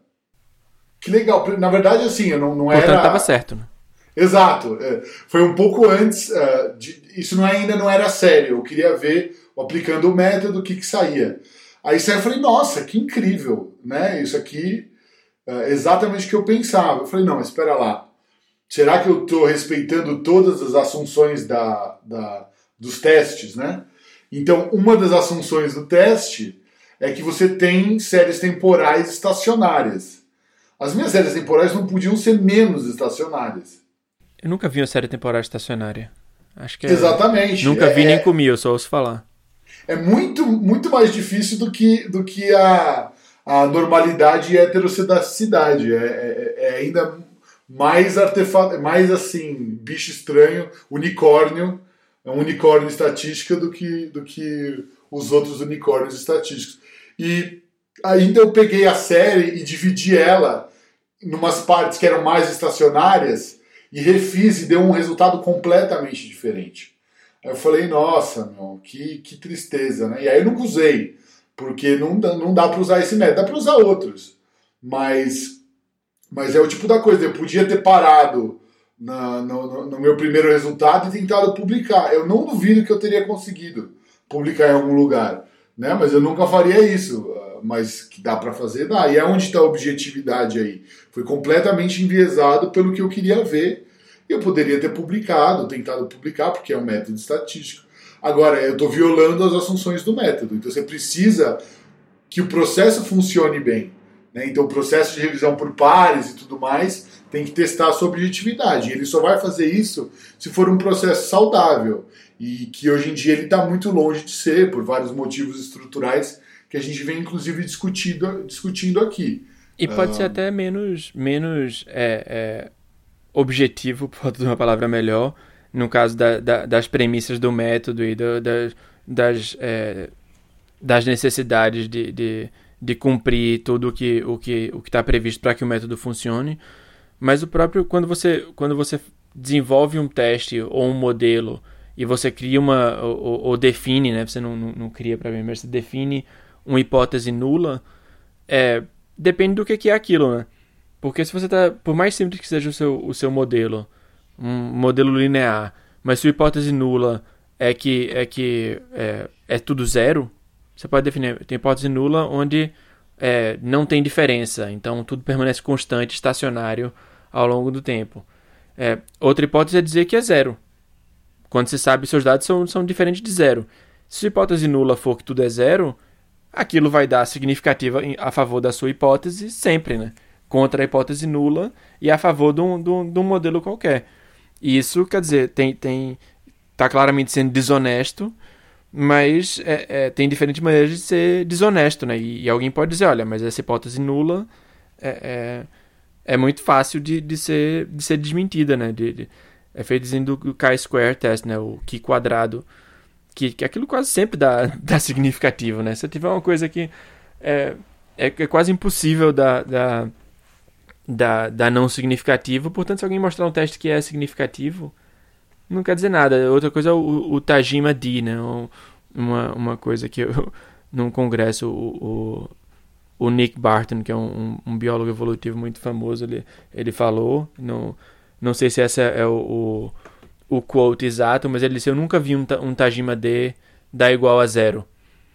A: que legal. Na verdade, assim, eu não, não era...
B: Portanto, estava certo, né?
A: Exato. Foi um pouco antes, uh, de... isso não, ainda não era sério. Eu queria ver, aplicando o método, o que, que saía. Aí saiu, eu falei, nossa, que incrível, né? Isso aqui é exatamente o que eu pensava. Eu falei, não, mas espera lá. Será que eu estou respeitando todas as assunções da, da, dos testes, né? Então, uma das assunções do teste é que você tem séries temporais estacionárias. As minhas séries temporais não podiam ser menos estacionárias.
B: Eu nunca vi uma série temporal estacionária. Acho que é...
A: Exatamente.
B: Nunca vi
A: é,
B: nem comi, eu só ouço falar.
A: É muito, muito mais difícil do que, do que a, a normalidade e a heterocedacidade. É, é, é ainda mais artefato, mais assim, bicho estranho, unicórnio, é um unicórnio estatística do que, do que os outros unicórnios estatísticos. E ainda eu peguei a série e dividi ela em umas partes que eram mais estacionárias e refiz e deu um resultado completamente diferente. Aí eu falei, nossa, meu, que, que tristeza, né? E aí eu nunca usei, porque não dá, não dá para usar esse método, dá para usar outros. Mas, mas é o tipo da coisa, eu podia ter parado na, no, no meu primeiro resultado e tentado publicar. Eu não duvido que eu teria conseguido publicar em algum lugar, né? Mas eu nunca faria isso. Mas que dá para fazer, dá. E é onde está a objetividade aí. Foi completamente enviesado pelo que eu queria ver. Eu poderia ter publicado, tentado publicar, porque é um método estatístico. Agora, eu estou violando as assunções do método. Então você precisa que o processo funcione bem, né? Então o processo de revisão por pares e tudo mais tem que testar a sua objetividade. Ele só vai fazer isso se for um processo saudável, e que hoje em dia ele está muito longe de ser, por vários motivos estruturais que a gente vem inclusive discutindo, discutindo aqui.
B: E pode uh... ser até menos, menos é, é, objetivo, por falta de uma palavra melhor, no caso da, da, das premissas do método e do, da, das, é, das necessidades de, de, de cumprir tudo o que o que o que está previsto para que o método funcione. Mas o próprio, quando você, quando você desenvolve um teste ou um modelo e você cria uma, ou, ou define, né? Você não, não, não cria para mim, mas você define uma hipótese nula, é, depende do que, que é aquilo, né? Porque se você tá, por mais simples que seja o seu, o seu modelo, um modelo linear, mas sua hipótese nula é que é, que, é, é tudo zero, você pode definir, tem hipótese nula onde é, não tem diferença, então tudo permanece constante, estacionário ao longo do tempo. É, outra hipótese é dizer que é zero, quando você sabe que seus dados são, são diferentes de zero. Se a hipótese nula for que tudo é zero, aquilo vai dar significativa a favor da sua hipótese sempre, né? Contra a hipótese nula e a favor de um, de um, de um modelo qualquer. E isso, quer dizer, tem, tem, tá claramente sendo desonesto, mas é, é, tem diferentes maneiras de ser desonesto, né? E, e alguém pode dizer, olha, mas essa hipótese nula é, é, é muito fácil de, de, ser, de ser desmentida, né? De, de, é feito dizendo o chi-square test, né? O chi quadrado, que, que aquilo quase sempre dá, dá significativo, né? Se tiver uma coisa que é, é, é quase impossível da, da, da, da não significativo, portanto, se alguém mostrar um teste que é significativo, não quer dizer nada. Outra coisa é o, o Tajima D, né? Uma, uma coisa que eu, num congresso, o, o, o Nick Barton, que é um, um biólogo evolutivo muito famoso, ele, ele falou, não, não sei se esse é o, o, o quote exato, mas ele disse, eu nunca vi um, um Tajima D dar igual a zero.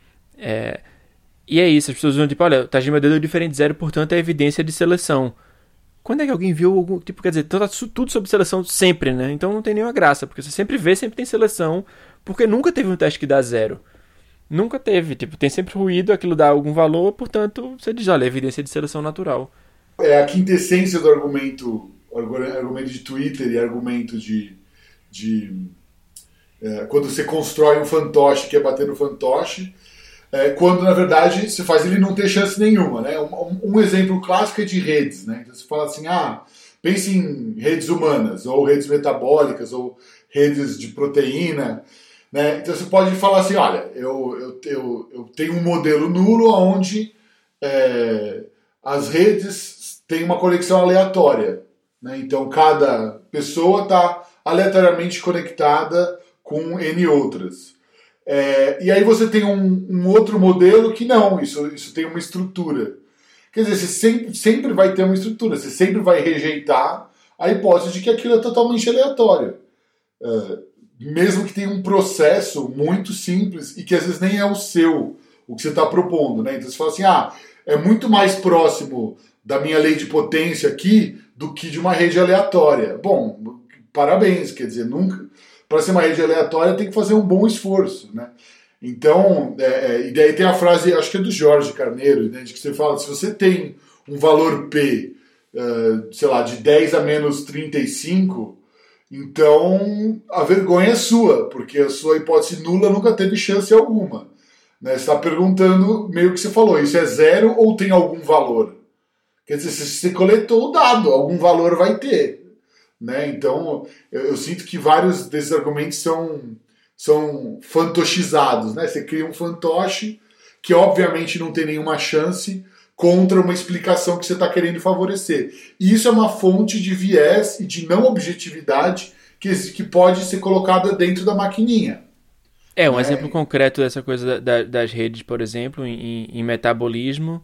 B: É, e é isso, as pessoas vão tipo, olha, o Tajima D deu diferente de zero, portanto é evidência de seleção. Quando é que alguém viu algum, tipo, quer dizer, tudo sobre seleção sempre, né? Então não tem nenhuma graça, porque você sempre vê, sempre tem seleção, porque nunca teve um teste que dá zero. Nunca teve, tipo, tem sempre ruído, aquilo dá algum valor, portanto, você diz, olha, evidência de seleção natural.
A: É a quintessência do argumento, argumento de Twitter e argumento de, de é, quando você constrói um fantoche que é bater no fantoche, É, quando, na verdade, você faz ele não ter chance nenhuma, né? Um, um exemplo clássico é de redes, né? Então você fala assim, ah, pense em redes humanas, ou redes metabólicas, ou redes de proteína, né? Então você pode falar assim, olha, eu, eu, eu, eu tenho um modelo nulo onde é, as redes têm uma conexão aleatória, né? Então cada pessoa está aleatoriamente conectada com N outras. É, e aí você tem um, um outro modelo que não, isso, isso tem uma estrutura. Quer dizer, você sempre, sempre vai ter uma estrutura, você sempre vai rejeitar a hipótese de que aquilo é totalmente aleatório. É, mesmo que tenha um processo muito simples e que às vezes nem é o seu, o que você está propondo. Né? Então você fala assim, ah, é muito mais próximo da minha lei de potência aqui do que de uma rede aleatória. Bom, parabéns, quer dizer, nunca... Para ser uma rede aleatória tem que fazer um bom esforço, né? Então, é, e daí tem a frase, acho que é do Jorge Carneiro, né, de que você fala, se você tem um valor P, uh, sei lá, de dez a menos trinta e cinco, então a vergonha é sua, porque a sua hipótese nula nunca teve chance alguma. Né? Você está perguntando, meio que você falou, isso é zero ou tem algum valor? Quer dizer, se você coletou o dado, algum valor vai ter. Né? Então, eu, eu sinto que vários desses argumentos são, são fantochizados. Né? Você cria um fantoche que, obviamente, não tem nenhuma chance contra uma explicação que você está querendo favorecer. E isso é uma fonte de viés e de não objetividade que, que pode ser colocada dentro da maquininha.
B: É, um
A: né?
B: exemplo concreto dessa coisa da, das redes, por exemplo, em, em metabolismo,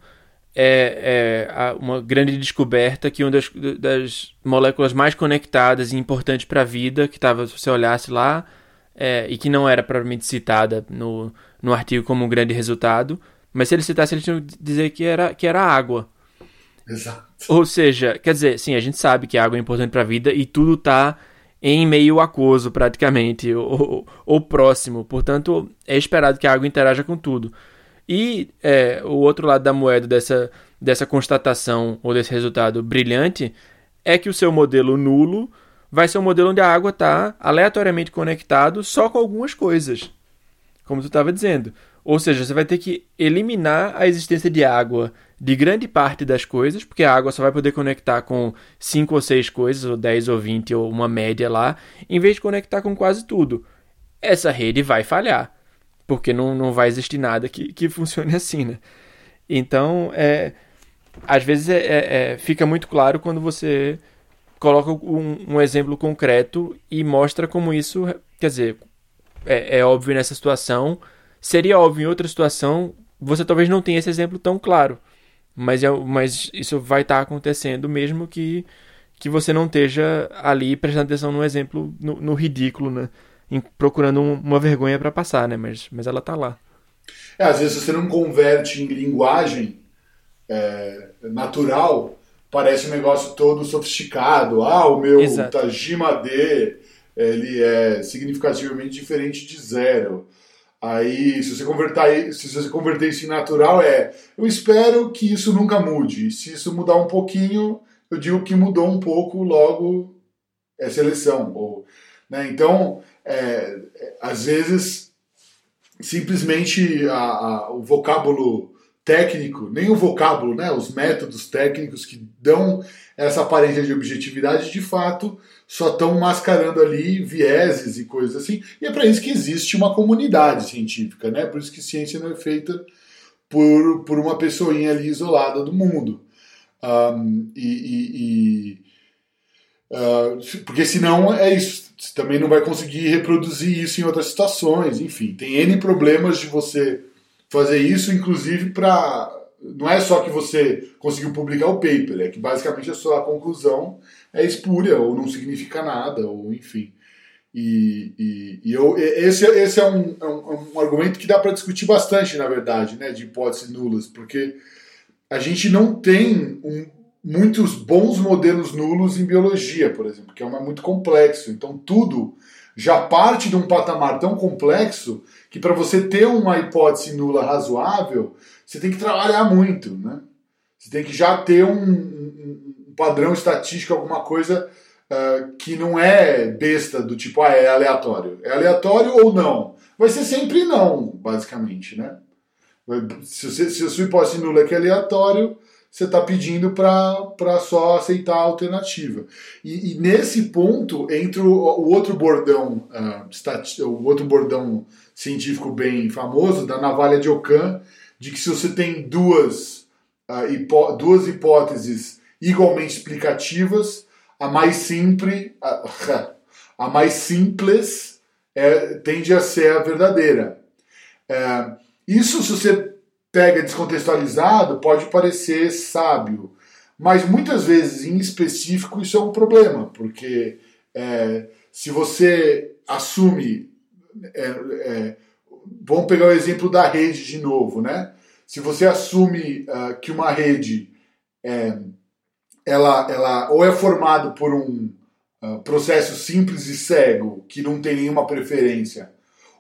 B: é, é uma grande descoberta que uma das, das moléculas mais conectadas e importantes para a vida, que estava, se você olhasse lá, é, e que não era provavelmente citada no, no artigo como um grande resultado, mas se ele citasse, ele tinha que dizer que era, que era água.
A: Exato.
B: Ou seja, quer dizer, sim, a gente sabe que a água é importante para a vida e tudo está em meio aquoso, praticamente, ou, ou próximo. Portanto, é esperado que a água interaja com tudo. E é, o outro lado da moeda dessa, dessa constatação ou desse resultado brilhante é que o seu modelo nulo vai ser um modelo onde a água está aleatoriamente conectado só com algumas coisas, como tu estava dizendo. Ou seja, você vai ter que eliminar a existência de água de grande parte das coisas, porque a água só vai poder conectar com cinco ou seis coisas, ou dez ou vinte, ou uma média lá, em vez de conectar com quase tudo. Essa rede vai falhar, porque não, não vai existir nada que, que funcione assim, né? Então, é, às vezes é, é, é, fica muito claro quando você coloca um, um exemplo concreto e mostra como isso, quer dizer, é, é óbvio nessa situação, seria óbvio em outra situação, você talvez não tenha esse exemplo tão claro, mas, é, mas isso vai estar acontecendo mesmo que, que você não esteja ali prestando atenção no exemplo, no, no ridículo, né? Em, procurando um, uma vergonha para passar, né? Mas, mas ela está lá.
A: É, às vezes você não converte em linguagem é, natural, parece um negócio todo sofisticado. Ah, o meu
B: Exato.
A: Tajima D, ele é significativamente diferente de zero. Aí, se você converter, se você converter isso em natural, é eu espero que isso nunca mude. Se isso mudar um pouquinho, eu digo que mudou um pouco, logo é seleção. Ou, né? Então, é, às vezes, simplesmente a, a, o vocábulo técnico, nem o vocábulo, né, os métodos técnicos que dão essa aparência de objetividade, de fato, só estão mascarando ali vieses e coisas assim. E é para isso que existe uma comunidade científica, né? Por isso que ciência não é feita por, por uma pessoinha ali isolada do mundo. Um, e... e, e Uh, porque senão é isso, você também não vai conseguir reproduzir isso em outras situações, enfim, tem N problemas de você fazer isso, inclusive para, não é só que você conseguiu publicar o paper, é que basicamente a sua conclusão é espúria, ou não significa nada, ou enfim, e, e, e eu, esse, esse é, um, é um, um argumento que dá para discutir bastante, na verdade, né, de hipóteses nulas, porque a gente não tem um muitos bons modelos nulos em biologia, por exemplo, que é uma muito complexo. Então tudo já parte de um patamar tão complexo que para você ter uma hipótese nula razoável, você tem que trabalhar muito, né? Você tem que já ter um, um, um padrão estatístico, alguma coisa uh, que não é besta, do tipo, ah, é aleatório. É aleatório ou não? Vai ser sempre não, basicamente, né? Se, você, se a sua hipótese nula é que é aleatório, você está pedindo para só aceitar a alternativa. E, e nesse ponto entra o, o outro bordão, uh, stat, o outro bordão científico bem famoso, da navalha de Ockham, de que se você tem duas, uh, hipó, duas hipóteses igualmente explicativas, a mais simples, uh, a mais simples é, tende a ser a verdadeira. Uh, isso, se você pega descontextualizado, pode parecer sábio, mas muitas vezes, em específico, isso é um problema, porque é, se você assume, é, é, vamos pegar o exemplo da rede de novo, né? Se você assume uh, que uma rede é, ela, ela ou é formada por um uh, processo simples e cego, que não tem nenhuma preferência,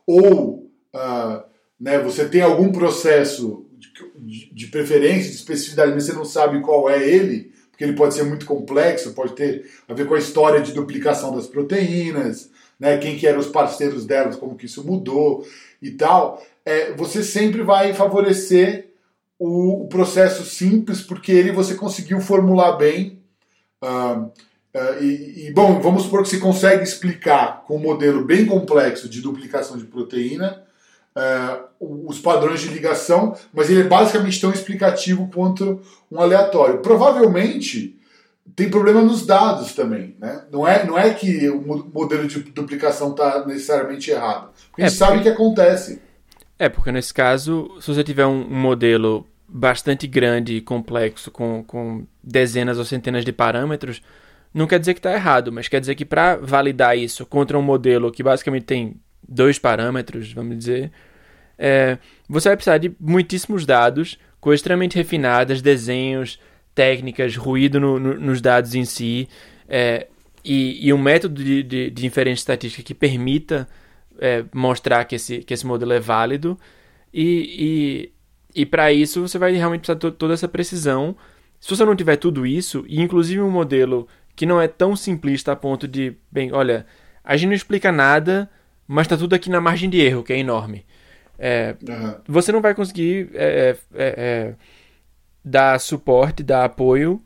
A: ou uh, né, você tem algum processo de, de preferência, de especificidade, mas você não sabe qual é ele, porque ele pode ser muito complexo, pode ter a ver com a história de duplicação das proteínas, né, quem que eram os parceiros delas, como que isso mudou e tal. É, você sempre vai favorecer o, o processo simples, porque ele você conseguiu formular bem. Uh, uh, e, e, bom, vamos supor que você consegue explicar com um modelo bem complexo de duplicação de proteína Uh, os padrões de ligação, mas ele é basicamente tão explicativo quanto um aleatório. Provavelmente tem problema nos dados também, né? Não é, não é que o modelo de duplicação está necessariamente errado. A gente é, sabe o que acontece.
B: É, porque nesse caso, se você tiver um, um modelo bastante grande e complexo, com, com dezenas ou centenas de parâmetros, não quer dizer que está errado, mas quer dizer que para validar isso contra um modelo que basicamente tem dois parâmetros, vamos dizer, é, você vai precisar de muitíssimos dados, coisas extremamente refinadas, desenhos, técnicas, ruído no, no, nos dados em si, é, e, e um método de, de, de inferência estatística que permita é, mostrar que esse, que esse modelo é válido, e, e, e para isso você vai realmente precisar de toda essa precisão. Se você não tiver tudo isso, e inclusive um modelo que não é tão simplista a ponto de, bem, olha, a gente não explica nada, mas está tudo aqui na margem de erro, que é enorme. É, uhum. Você não vai conseguir é, é, é, dar suporte, dar apoio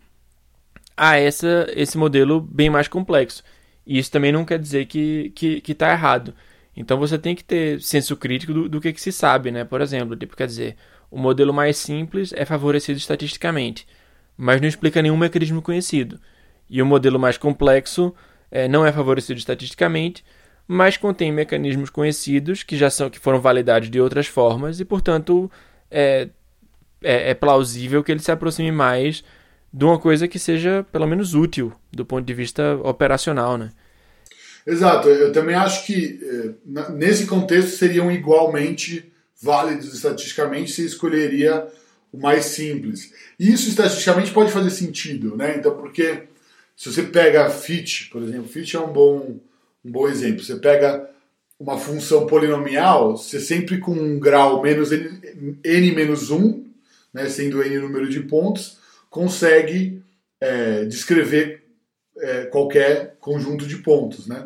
B: a essa, esse modelo bem mais complexo. E isso também não quer dizer que que que está errado. Então você tem que ter senso crítico do, do que, que se sabe, né? Por exemplo, tipo, quer dizer, o modelo mais simples é favorecido estatisticamente, mas não explica nenhum mecanismo conhecido. E o modelo mais complexo é, não é favorecido estatisticamente, mas contém mecanismos conhecidos que já são, que foram validados de outras formas e, portanto, é, é, é plausível que ele se aproxime mais de uma coisa que seja, pelo menos, útil do ponto de vista operacional, né?
A: Exato. Eu também acho que, nesse contexto, seriam igualmente válidos estatisticamente, se escolheria o mais simples. Isso, estatisticamente, pode fazer sentido, né? Então, porque se você pega fit, por exemplo, fit é um bom, um bom exemplo. Você pega uma função polinomial, você sempre com um grau menos n, n menos um, né, sendo n número de pontos, consegue é, descrever é, qualquer conjunto de pontos, né?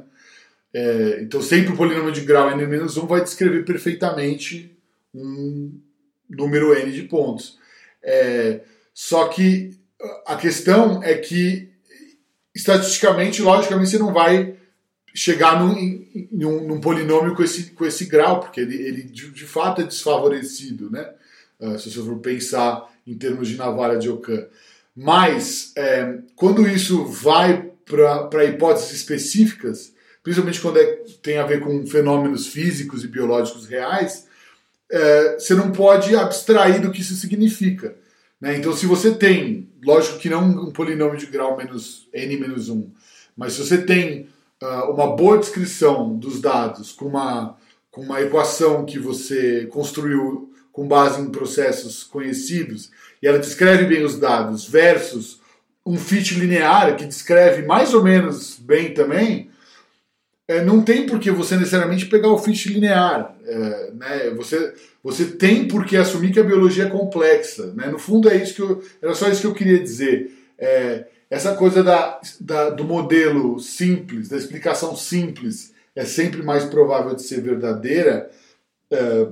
A: É, então sempre o polinômio de grau n menos um vai descrever perfeitamente um número n de pontos. É, só que a questão é que estatisticamente, logicamente, você não vai chegar num, num, num polinômio com esse, com esse grau, porque ele, ele de, de fato é desfavorecido, né? Uh, se você for pensar em termos de navalha de Ockham. Mas, é, quando isso vai para hipóteses específicas, principalmente quando é, tem a ver com fenômenos físicos e biológicos reais, é, você não pode abstrair do que isso significa, né? Então, se você tem, lógico que não um polinômio de grau menos n menos um, mas se você tem uh, uma boa descrição dos dados com uma, com uma equação que você construiu com base em processos conhecidos, e ela descreve bem os dados, versus um fit linear que descreve mais ou menos bem também, é, não tem por que você necessariamente pegar o fit linear. É, né? Você, você tem por que assumir que a biologia é complexa. Né? No fundo, é isso que eu, era só isso que eu queria dizer. É, essa coisa da, da, do modelo simples, da explicação simples, é sempre mais provável de ser verdadeira, é,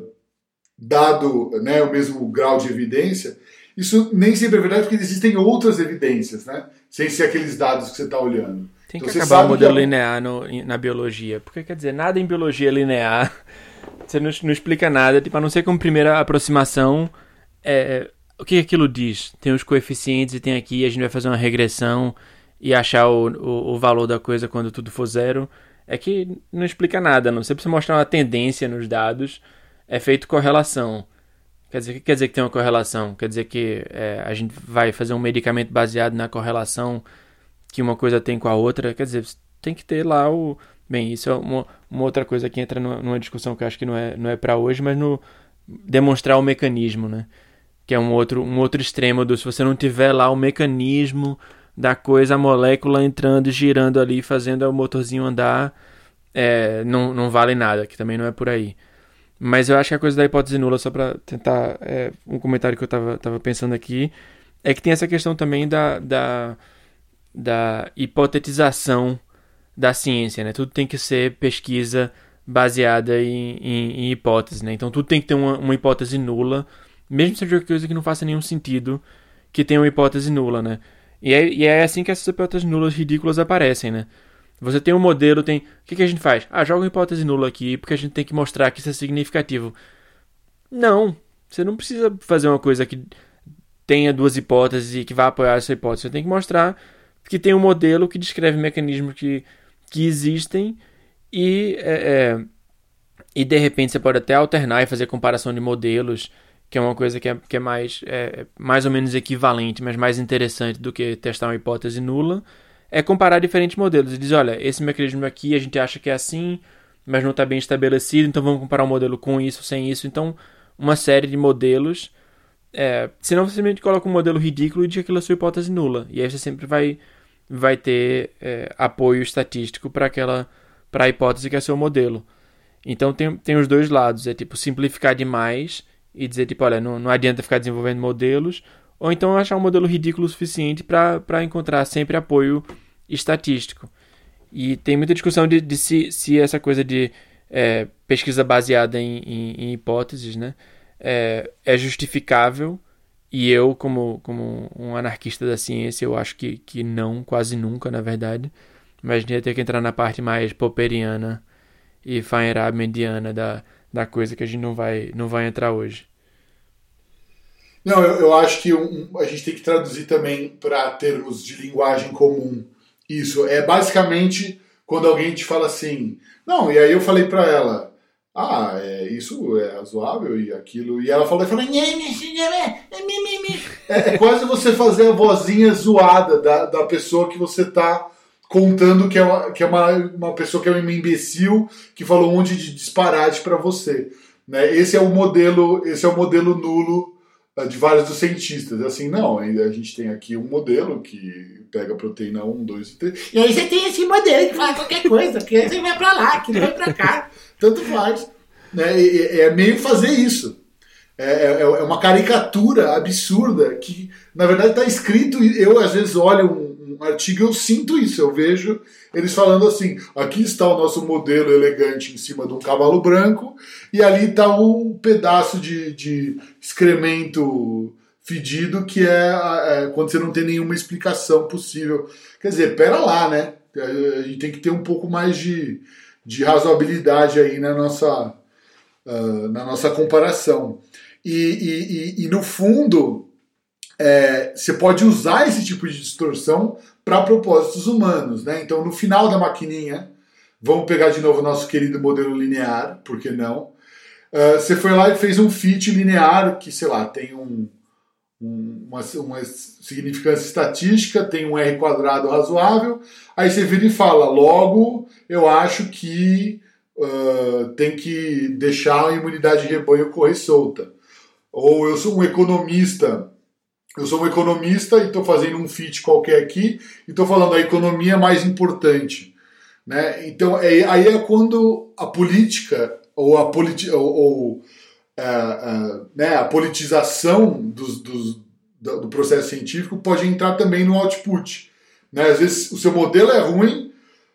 A: dado, né, o mesmo grau de evidência. Isso nem sempre é verdade, porque existem outras evidências, né? Sem ser aqueles dados que você está olhando.
B: Tem que
A: então,
B: acabar o modelo que... linear no, na biologia. Porque, quer dizer, nada em biologia é linear. Você não, não explica nada. Tipo, a não ser como primeira aproximação, é, o que aquilo diz? Tem os coeficientes e tem aqui, a gente vai fazer uma regressão e achar o, o, o valor da coisa quando tudo for zero. É que não explica nada. Não. Você precisa mostrar uma tendência nos dados. É feito correlação. Quer dizer, o que quer dizer que tem uma correlação? Quer dizer que é, a gente vai fazer um medicamento baseado na correlação que uma coisa tem com a outra? Quer dizer, tem que ter lá o... Bem, isso é uma, uma outra coisa que entra numa discussão que eu acho que não é, não é para hoje, mas no demonstrar o mecanismo, né? Que é um outro, um outro extremo do... Se você não tiver lá o mecanismo da coisa, a molécula entrando, girando ali, fazendo o motorzinho andar, é, não, não vale nada, que também não é por aí. Mas eu acho que a coisa da hipótese nula, só para tentar... É, um comentário que eu estava tava pensando aqui, é que tem essa questão também da, da, da hipotetização da ciência, né? Tudo tem que ser pesquisa baseada em, em, em hipótese, né? Então tudo tem que ter uma, uma hipótese nula, mesmo se seja uma coisa que não faça nenhum sentido, que tenha uma hipótese nula, né? E é, e é assim que essas hipóteses nulas ridículas aparecem, né? Você tem um modelo, tem... O que, que a gente faz? Ah, joga uma hipótese nula aqui, porque a gente tem que mostrar que isso é significativo. Não. Você não precisa fazer uma coisa que tenha duas hipóteses e que vá apoiar essa hipótese. Você tem que mostrar que tem um modelo que descreve mecanismos que, que existem e, é, é, e, de repente, você pode até alternar e fazer comparação de modelos, que é uma coisa que é, que é mais, é, mais ou menos equivalente, mas mais interessante do que testar uma hipótese nula. É comparar diferentes modelos e dizer, olha, esse mecanismo aqui a gente acha que é assim, mas não está bem estabelecido, então vamos comparar um modelo com isso, sem isso. Então, uma série de modelos. É, senão você simplesmente coloca um modelo ridículo e diz que aquilo é sua hipótese nula. E aí você sempre vai, vai ter é, apoio estatístico para aquela para a hipótese que é seu modelo. Então tem, tem os dois lados. É tipo simplificar demais e dizer, tipo, olha, não, não adianta ficar desenvolvendo modelos. Ou então achar um modelo ridículo o suficiente para encontrar sempre apoio estatístico. E tem muita discussão de, de se, se essa coisa de é, pesquisa baseada em, em, em hipóteses, né, é, é justificável. E eu, como, como um anarquista da ciência, eu acho que, que não, quase nunca, na verdade. Mas a gente ia ter que entrar na parte mais popperiana e Feyerabend-mediana da, da coisa que a gente não vai, não vai entrar hoje.
A: Não, eu, eu acho que um, a gente tem que traduzir também para termos de linguagem comum. Isso é basicamente quando alguém te fala assim, não, e aí eu falei para ela, ah, é, isso é razoável e aquilo, e ela falou, eu falei, é, é quase você fazer a vozinha zoada da, da pessoa que você tá contando que é, uma, que é uma, uma pessoa que é um imbecil que falou um monte de disparate para você, né? Esse é o modelo, esse é o modelo nulo de vários dos cientistas. Assim, não, a gente tem aqui um modelo que pega a proteína um, dois e três. E aí você tem esse modelo que fala qualquer coisa, que você vai pra lá, que vai pra cá. Tanto faz. Né? É, é meio fazer isso. É, é, é uma caricatura absurda que, na verdade, está escrito. Eu, às vezes, olho um, um artigo e eu sinto isso. Eu vejo eles falando assim, aqui está o nosso modelo elegante em cima de um cavalo branco e ali está um pedaço de, de excremento fedido que é, é quando você não tem nenhuma explicação possível. Quer dizer, pera lá, né? A gente tem que ter um pouco mais de, de razoabilidade aí na nossa, uh, na nossa comparação. E, e, e, e no fundo, é, você pode usar esse tipo de distorção para propósitos humanos, né? Então, no final da maquininha, vamos pegar de novo o nosso querido modelo linear, por que não? Uh, você foi lá e fez um fit linear que, sei lá, tem um, um, uma, uma significância estatística, tem um R quadrado razoável, aí você vira e fala, logo, eu acho que uh, tem que deixar a imunidade de rebanho correr solta. Ou eu sou um economista... Eu sou um economista e estou fazendo um fit qualquer aqui e estou falando a economia é mais importante. Né? Então, é, aí é quando a política ou a, politi ou, ou, é, é, né, a politização dos, dos, do, do processo científico pode entrar também no output. Né? Às vezes o seu modelo é ruim,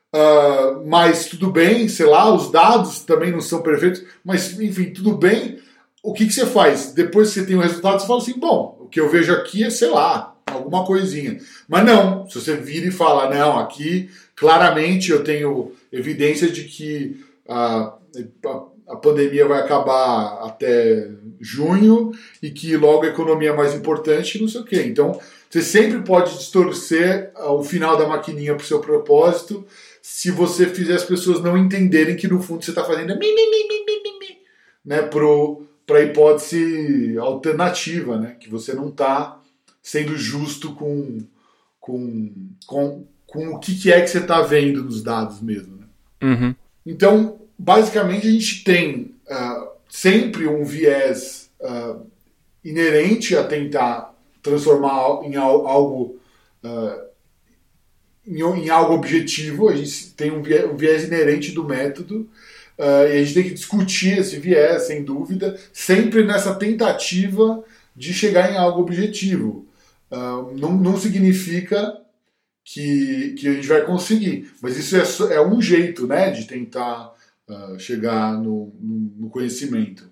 A: uh, mas tudo bem, sei lá, os dados também não são perfeitos, mas enfim, tudo bem. O que, que você faz? Depois que você tem o resultado, você fala assim, bom, o que eu vejo aqui é, sei lá, alguma coisinha. Mas não, se você vira e fala, não, aqui claramente eu tenho evidência de que a, a, a pandemia vai acabar até junho e que logo a economia é mais importante, não sei o quê. Então, você sempre pode distorcer o final da maquininha para o seu propósito se você fizer as pessoas não entenderem que no fundo você está fazendo mi, mi, mi, mi, mi, mi, né, pro para a hipótese alternativa, né? Que você não está sendo justo com, com, com, com o que, que é que você está vendo nos dados mesmo. Né?
B: Uhum.
A: Então, basicamente, a gente tem uh, sempre um viés uh, inerente a tentar transformar em algo, uh, em, em algo objetivo. A gente tem um viés, um viés inerente do método. Uh, e a gente tem que discutir esse viés, sem dúvida, sempre nessa tentativa de chegar em algo objetivo. Uh, não, não significa que, que a gente vai conseguir, mas isso é, é um jeito, né, de tentar uh, chegar no, no, no conhecimento.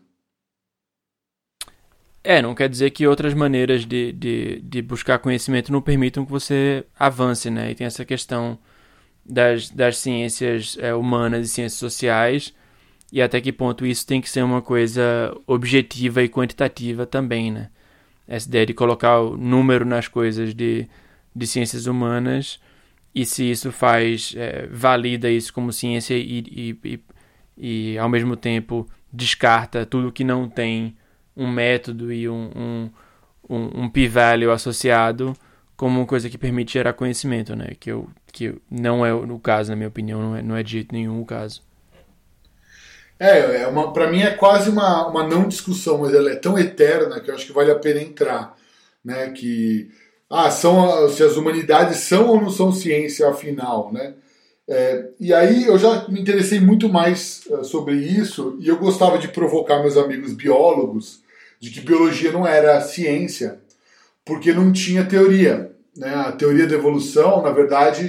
B: É, não quer dizer que outras maneiras de, de, de buscar conhecimento não permitam que você avance, né? E tem essa questão das, das ciências é, humanas e ciências sociais, e até que ponto isso tem que ser uma coisa objetiva e quantitativa também, né? Essa ideia de colocar o número nas coisas de, de ciências humanas, e se isso faz, é, valida isso como ciência e, e, e, e, ao mesmo tempo, descarta tudo que não tem um método e um, um, um, um p-value associado como uma coisa que permite gerar conhecimento, né? Que, eu, que não é o caso, na minha opinião, não é, não é de jeito nenhum o caso.
A: É, é uma, para mim é quase uma, uma não discussão, mas ela é tão eterna que eu acho que vale a pena entrar, né? Que ah, são, se as humanidades são ou não são ciência, afinal, né? É, e aí eu já me interessei muito mais uh, sobre isso e eu gostava de provocar meus amigos biólogos de que biologia não era ciência, porque não tinha teoria. Né? A teoria da evolução, na verdade,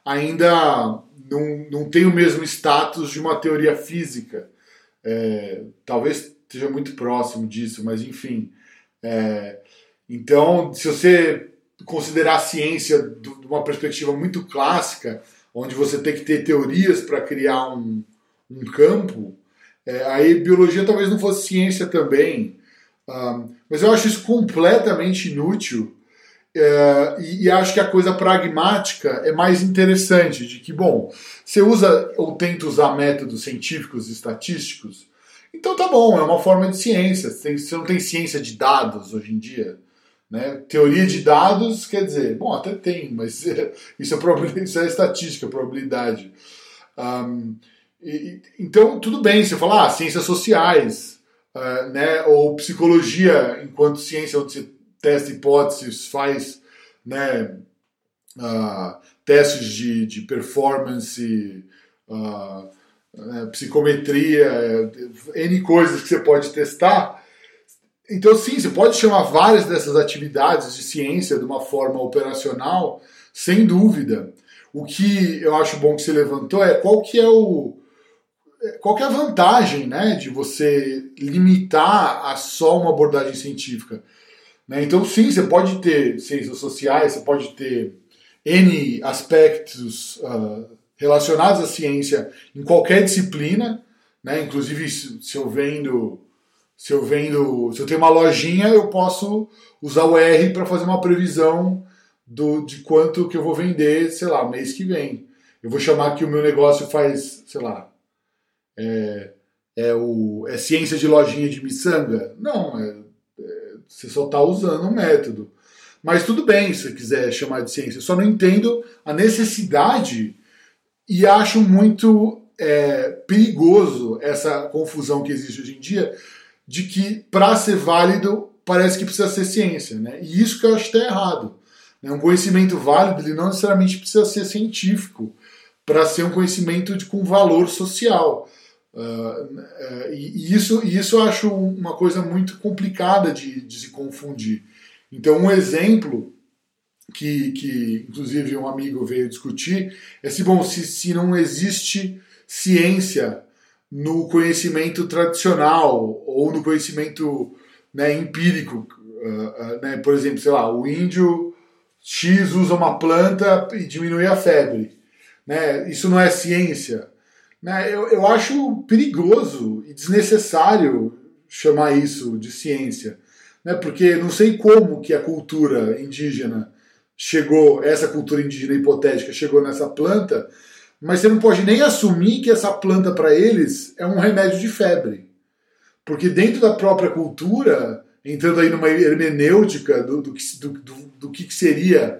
A: ainda não, não tem o mesmo status de uma teoria física. É, talvez esteja muito próximo disso, mas enfim. É, então, se você considerar a ciência de uma perspectiva muito clássica, onde você tem que ter teorias para criar um, um campo, é, aí biologia talvez não fosse ciência também. Um, mas eu acho isso completamente inútil. Uh, e, e acho que a coisa pragmática é mais interessante, de que, bom, você usa ou tenta usar métodos científicos e estatísticos, então tá bom, é uma forma de ciência. Você, tem, você não tem ciência de dados hoje em dia, né? Teoria de dados, quer dizer, bom, até tem, mas isso é, isso é estatística, probabilidade. Um, e, então, tudo bem, você fala, ah, ciências sociais, uh, né? Ou psicologia enquanto ciência, onde você testa hipóteses, faz, né, uh, testes de, de performance, uh, uh, psicometria, N coisas que você pode testar. Então, sim, você pode chamar várias dessas atividades de ciência de uma forma operacional, sem dúvida. O que eu acho bom que você levantou é qual que é o qual que é a vantagem, né, de você limitar a só uma abordagem científica. Então, sim, você pode ter ciências sociais, você pode ter N aspectos uh, relacionados à ciência em qualquer disciplina, né? Inclusive, se eu vendo, se eu vendo, se eu tenho uma lojinha, eu posso usar o R para fazer uma previsão do, de quanto que eu vou vender, sei lá, mês que vem. Eu vou chamar que o meu negócio faz, sei lá, é, é, o, é ciência de lojinha de miçanga? Não, é você só está usando um método. Mas tudo bem, se você quiser chamar de ciência. Eu só não entendo a necessidade e acho muito é, perigoso essa confusão que existe hoje em dia de que, para ser válido, parece que precisa ser ciência. Né? E isso que eu acho que está errado. Um conhecimento válido ele não necessariamente precisa ser científico para ser um conhecimento de, com valor social. Uh, uh, e, e isso, e isso eu acho uma coisa muito complicada de, de se confundir. Então, um exemplo que, que inclusive um amigo veio discutir é se, bom, se, se não existe ciência no conhecimento tradicional ou no conhecimento, né, empírico. Uh, uh, né, por exemplo, sei lá, o índio X usa uma planta e diminui a febre. Né, isso não é ciência. Eu, eu acho perigoso e desnecessário chamar isso de ciência, né? Porque não sei como que a cultura indígena chegou, essa cultura indígena hipotética chegou nessa planta, mas você não pode nem assumir que essa planta para eles é um remédio de febre. Porque dentro da própria cultura, entrando aí numa hermenêutica do, do, do, do, do que seria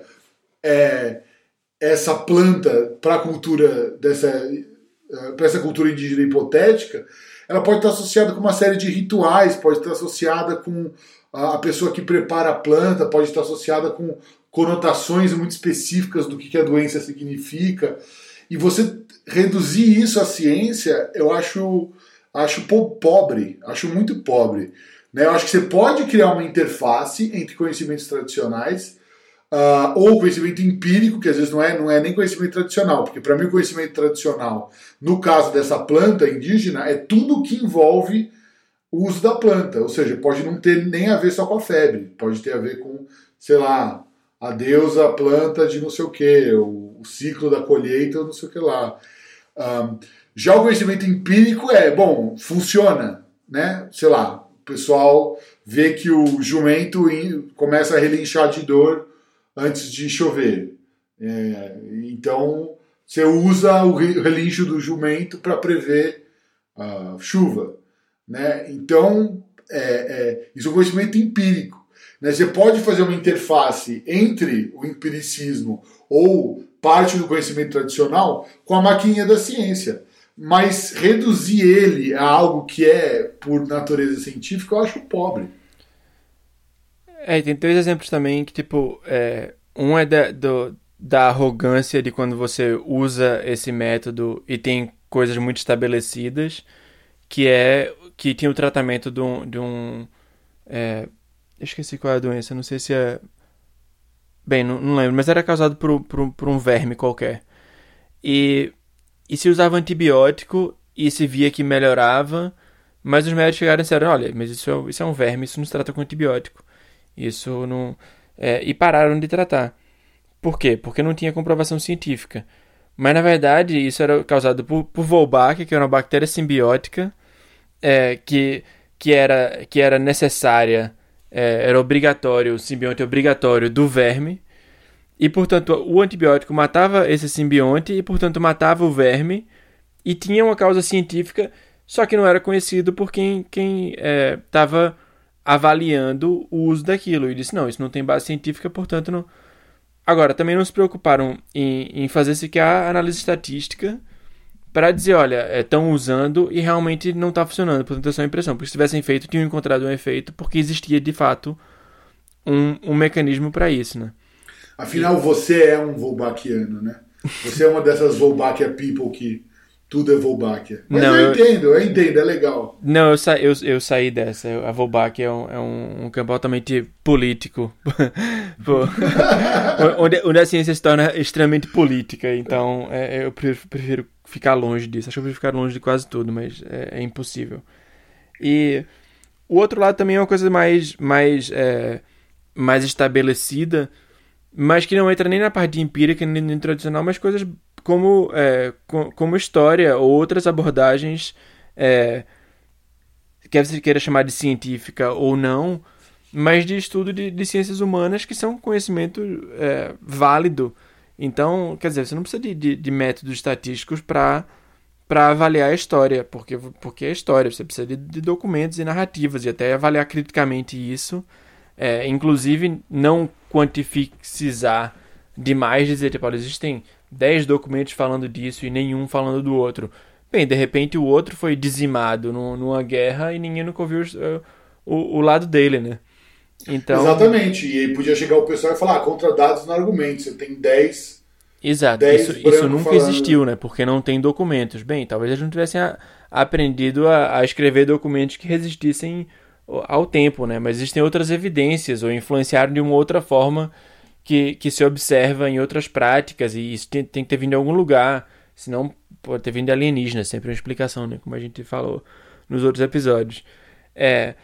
A: é, essa planta para a cultura dessa... para essa cultura indígena hipotética, ela pode estar associada com uma série de rituais, pode estar associada com a pessoa que prepara a planta, pode estar associada com conotações muito específicas do que a doença significa. E você reduzir isso à ciência, eu acho, acho pobre, acho muito pobre. Eu acho que você pode criar uma interface entre conhecimentos tradicionais Uh, ou conhecimento empírico, que às vezes não é, não é nem conhecimento tradicional, porque para mim o conhecimento tradicional, no caso dessa planta indígena, é tudo que envolve o uso da planta, ou seja, pode não ter nem a ver só com a febre, pode ter a ver com, sei lá, a deusa a planta de não sei o que, o, o ciclo da colheita ou não sei o que lá. Um, já o conhecimento empírico é, bom, funciona, né? Sei lá, o pessoal vê que o jumento começa a relinchar de dor antes de chover. É, então, você usa o relincho do jumento para prever a chuva. Né? Então, é, é, isso é um conhecimento empírico. Né? Você pode fazer uma interface entre o empiricismo ou parte do conhecimento tradicional com a maquininha da ciência. Mas reduzir ele a algo que é, por natureza científica, eu acho pobre.
B: É, tem três exemplos também que, tipo, é, um é da, do, da arrogância de quando você usa esse método e tem coisas muito estabelecidas, que é que tinha o tratamento de um... De um é, eu esqueci qual é a doença, não sei se é... Bem, não, não lembro, mas era causado por, por, por um verme qualquer. E, e se usava antibiótico e se via que melhorava, mas os médicos chegaram e disseram, olha, mas isso é, isso é um verme, isso não se trata com antibiótico. Isso não... É, e pararam de tratar. Por quê? Porque não tinha comprovação científica. Mas, na verdade, isso era causado por, por Wolbachia, que era uma bactéria simbiótica, é, que, que, era, que era necessária, é, era obrigatório, o simbionte obrigatório do verme, e, portanto, o antibiótico matava esse simbionte e, portanto, matava o verme, e tinha uma causa científica, só que não era conhecido por quem estava é, avaliando o uso daquilo. E disse, não, isso não tem base científica, portanto, não... Agora, também não se preocuparam em, em fazer sequer a análise estatística para dizer, olha, estão é, usando e realmente não está funcionando, portanto é só impressão. Porque se tivessem feito, tinham encontrado um efeito, porque existia, de fato, um, um mecanismo para isso, né?
A: Afinal, você é um Wolbachiano, né? Você é uma dessas Wolbachia people que tudo é Wolbachia. Mas não, eu entendo, eu entendo, é legal.
B: Não, eu, sa eu, eu saí dessa. A Wolbachia é um, é um, um campo altamente político. onde, onde a ciência se torna extremamente política. Então, é, eu prefiro, prefiro ficar longe disso. Acho que eu prefiro ficar longe de quase tudo, mas é, é impossível. E o outro lado também é uma coisa mais, mais, é, mais estabelecida, mas que não entra nem na parte empírica, nem no tradicional, mas coisas como, é, como história ou outras abordagens, é, quer você queira chamar de científica ou não, mas de estudo de, de ciências humanas, que são conhecimento é, válido. Então, quer dizer, você não precisa de, de, de métodos estatísticos para para avaliar a história, porque, porque é história, você precisa de, de documentos e narrativas, e até avaliar criticamente isso, é, inclusive não quantificizar demais, dizer, tipo, olha, existem dez documentos falando disso e nenhum falando do outro. Bem, de repente o outro foi dizimado no, numa guerra e ninguém nunca ouviu uh, o, o lado dele, né? Então...
A: Exatamente, e aí podia chegar o pessoal e falar, ah, contra dados no argumento, você tem dez...
B: Exato, isso, isso nunca falando. Existiu, né? Porque não tem documentos. Bem, talvez eles não tivessem a, aprendido a, a escrever documentos que resistissem ao tempo, né? Mas existem outras evidências, ou influenciaram de uma outra forma que, que se observa em outras práticas, e isso tem, tem que ter vindo de algum lugar, senão pode ter vindo de alienígena, sempre uma explicação, né? Como a gente falou nos outros episódios. É,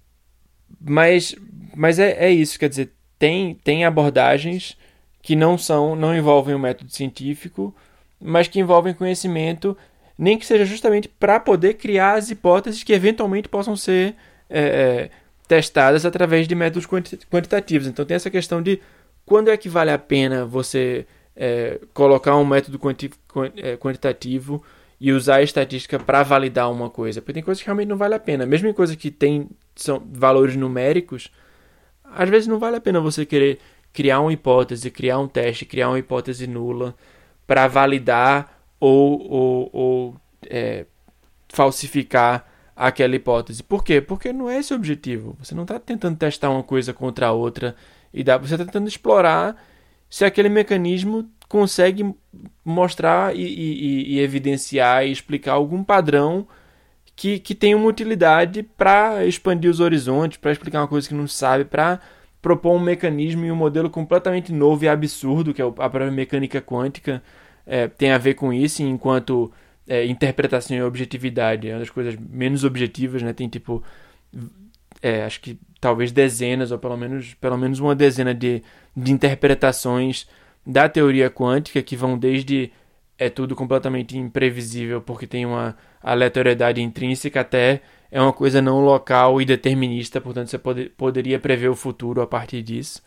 B: mas mas é, é isso, quer dizer, tem, tem abordagens que não são, não envolvem o método científico, mas que envolvem conhecimento, nem que seja justamente para poder criar as hipóteses que eventualmente possam ser é, testadas através de métodos quantitativos. Então tem essa questão de quando é que vale a pena você é, colocar um método quanti, quantitativo e usar a estatística para validar uma coisa. Porque tem coisas que realmente não vale a pena. Mesmo em coisas que tem, são valores numéricos, às vezes não vale a pena você querer criar uma hipótese, criar um teste, criar uma hipótese nula para validar ou, ou, ou é, falsificar aquela hipótese. Por quê? Porque não é esse o objetivo. Você não está tentando testar uma coisa contra a outra, e dá, você está tentando explorar se aquele mecanismo consegue mostrar e, e, e evidenciar e explicar algum padrão que, que tem uma utilidade para expandir os horizontes, para explicar uma coisa que não sabe, para propor um mecanismo e um modelo completamente novo e absurdo, que é a própria mecânica quântica, é, tem a ver com isso, enquanto é, interpretação e objetividade é uma das coisas menos objetivas, né? Tem tipo, é, acho que talvez dezenas, ou pelo menos, pelo menos uma dezena de, de interpretações da teoria quântica, que vão desde é tudo completamente imprevisível porque tem uma aleatoriedade intrínseca, até é uma coisa não local e determinista, portanto você pode, poderia prever o futuro a partir disso.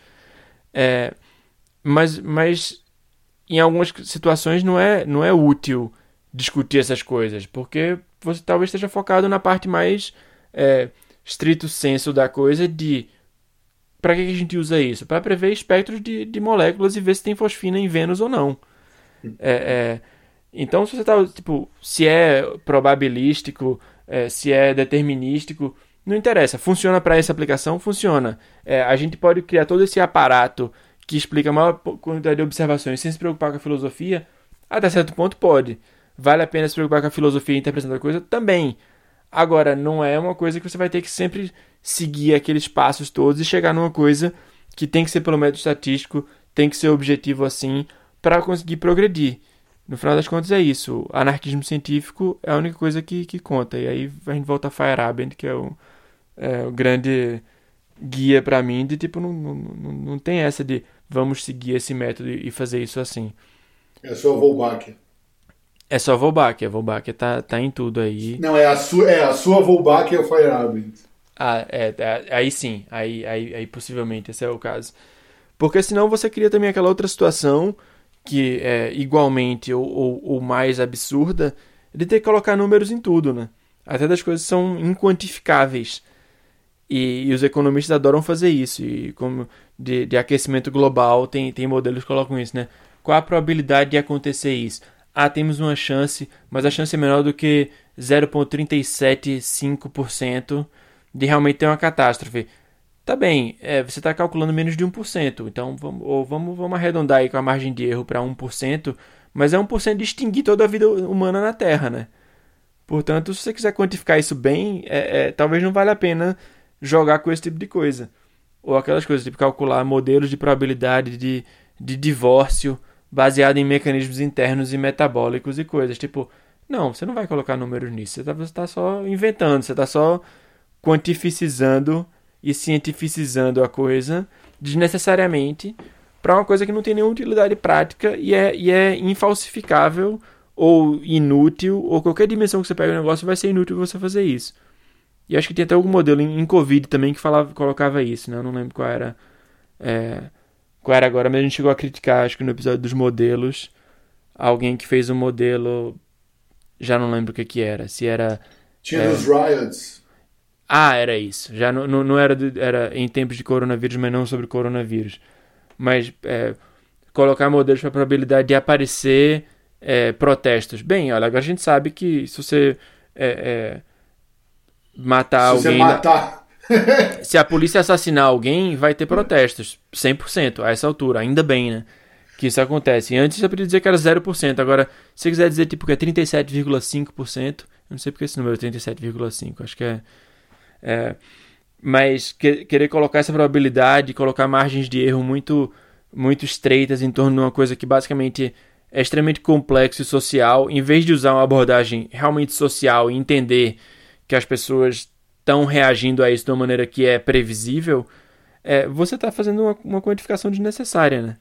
B: É, mas, mas em algumas situações não é, não é útil discutir essas coisas, porque você talvez esteja focado na parte mais é, stricto sensu da coisa de para que a gente usa isso? Para prever espectros de, de moléculas e ver se tem fosfina em Vênus ou não. É, é, então, se você tá, tipo, se é probabilístico, é, se é determinístico, não interessa. Funciona para essa aplicação? Funciona. É, a gente pode criar todo esse aparato que explica a maior quantidade de observações sem se preocupar com a filosofia? Até certo ponto pode. Vale a pena se preocupar com a filosofia e interpretando a coisa? Também. Agora, não é uma coisa que você vai ter que sempre seguir aqueles passos todos e chegar numa coisa que tem que ser pelo método estatístico, tem que ser objetivo assim, para conseguir progredir. no final das contas é isso. Anarquismo científico é a única coisa que, que conta. E aí a gente volta a Feyerabend, que é o, é, o grande guia pra mim, de tipo, não, não, não, não tem essa de vamos seguir esse método e fazer isso assim.
A: É só Wolbachia.
B: É só Wolbachia. Wolbachia tá, tá em tudo aí.
A: Não, é a sua, é a sua Wolbachia ou Feyerabend.
B: Ah, é, é, aí sim. Aí, aí, aí possivelmente esse é o caso. Porque senão você cria também aquela outra situação que é igualmente ou, ou, ou mais absurda de ter que colocar números em tudo, né? Até das coisas são inquantificáveis. E, e os economistas adoram fazer isso. E como de, de aquecimento global, tem, tem modelos que colocam isso, né? Qual a probabilidade de acontecer isso? Ah, temos uma chance, mas a chance é menor do que zero vírgula trinta e sete cinco por cento de realmente ter uma catástrofe. Tá bem, é, você está calculando menos de um por cento, então vamos, ou vamos, vamos arredondar aí com a margem de erro para um por cento, mas é um por cento de extinguir toda a vida humana na Terra, né? Portanto, se você quiser quantificar isso bem, é, é, talvez não valha a pena jogar com esse tipo de coisa. Ou aquelas coisas, tipo calcular modelos de probabilidade de, de divórcio baseado em mecanismos internos e metabólicos e coisas. Tipo, não, você não vai colocar números nisso, você está tá só inventando, você está só quantificizando e cientificizando a coisa desnecessariamente para uma coisa que não tem nenhuma utilidade prática e é, e é infalsificável ou inútil, ou qualquer dimensão que você pega o negócio vai ser inútil você fazer isso. E acho que tem até algum modelo em, em Covid também que falava, colocava isso, né? Eu não lembro qual era, é, qual era agora, mas a gente chegou a criticar, acho que no episódio dos modelos, alguém que fez um modelo, já não lembro o que que era, se era...
A: Tinha
B: é,
A: dos riots.
B: Ah, era isso. Já não, não, não era, de, era em tempos de coronavírus, mas não sobre coronavírus. Mas é, colocar modelos para a probabilidade de aparecer é, protestos. Bem, olha, agora a gente sabe que se você é, é, matar
A: se
B: alguém...
A: Se você matar...
B: Na... se a polícia assassinar alguém, vai ter protestos. cem por cento a essa altura. Ainda bem, né? Que isso acontece. E antes você podia dizer que era zero por cento. Agora, se você quiser dizer tipo que é trinta e sete vírgula cinco por cento, eu não sei porque esse número é trinta e sete vírgula cinco por cento. Acho que é... É, mas que, querer colocar essa probabilidade, colocar margens de erro muito, muito estreitas em torno de uma coisa que basicamente é extremamente complexo e social, em vez de usar uma abordagem realmente social e entender que as pessoas estão reagindo a isso de uma maneira que é previsível, é, você está fazendo uma, uma quantificação desnecessária, né?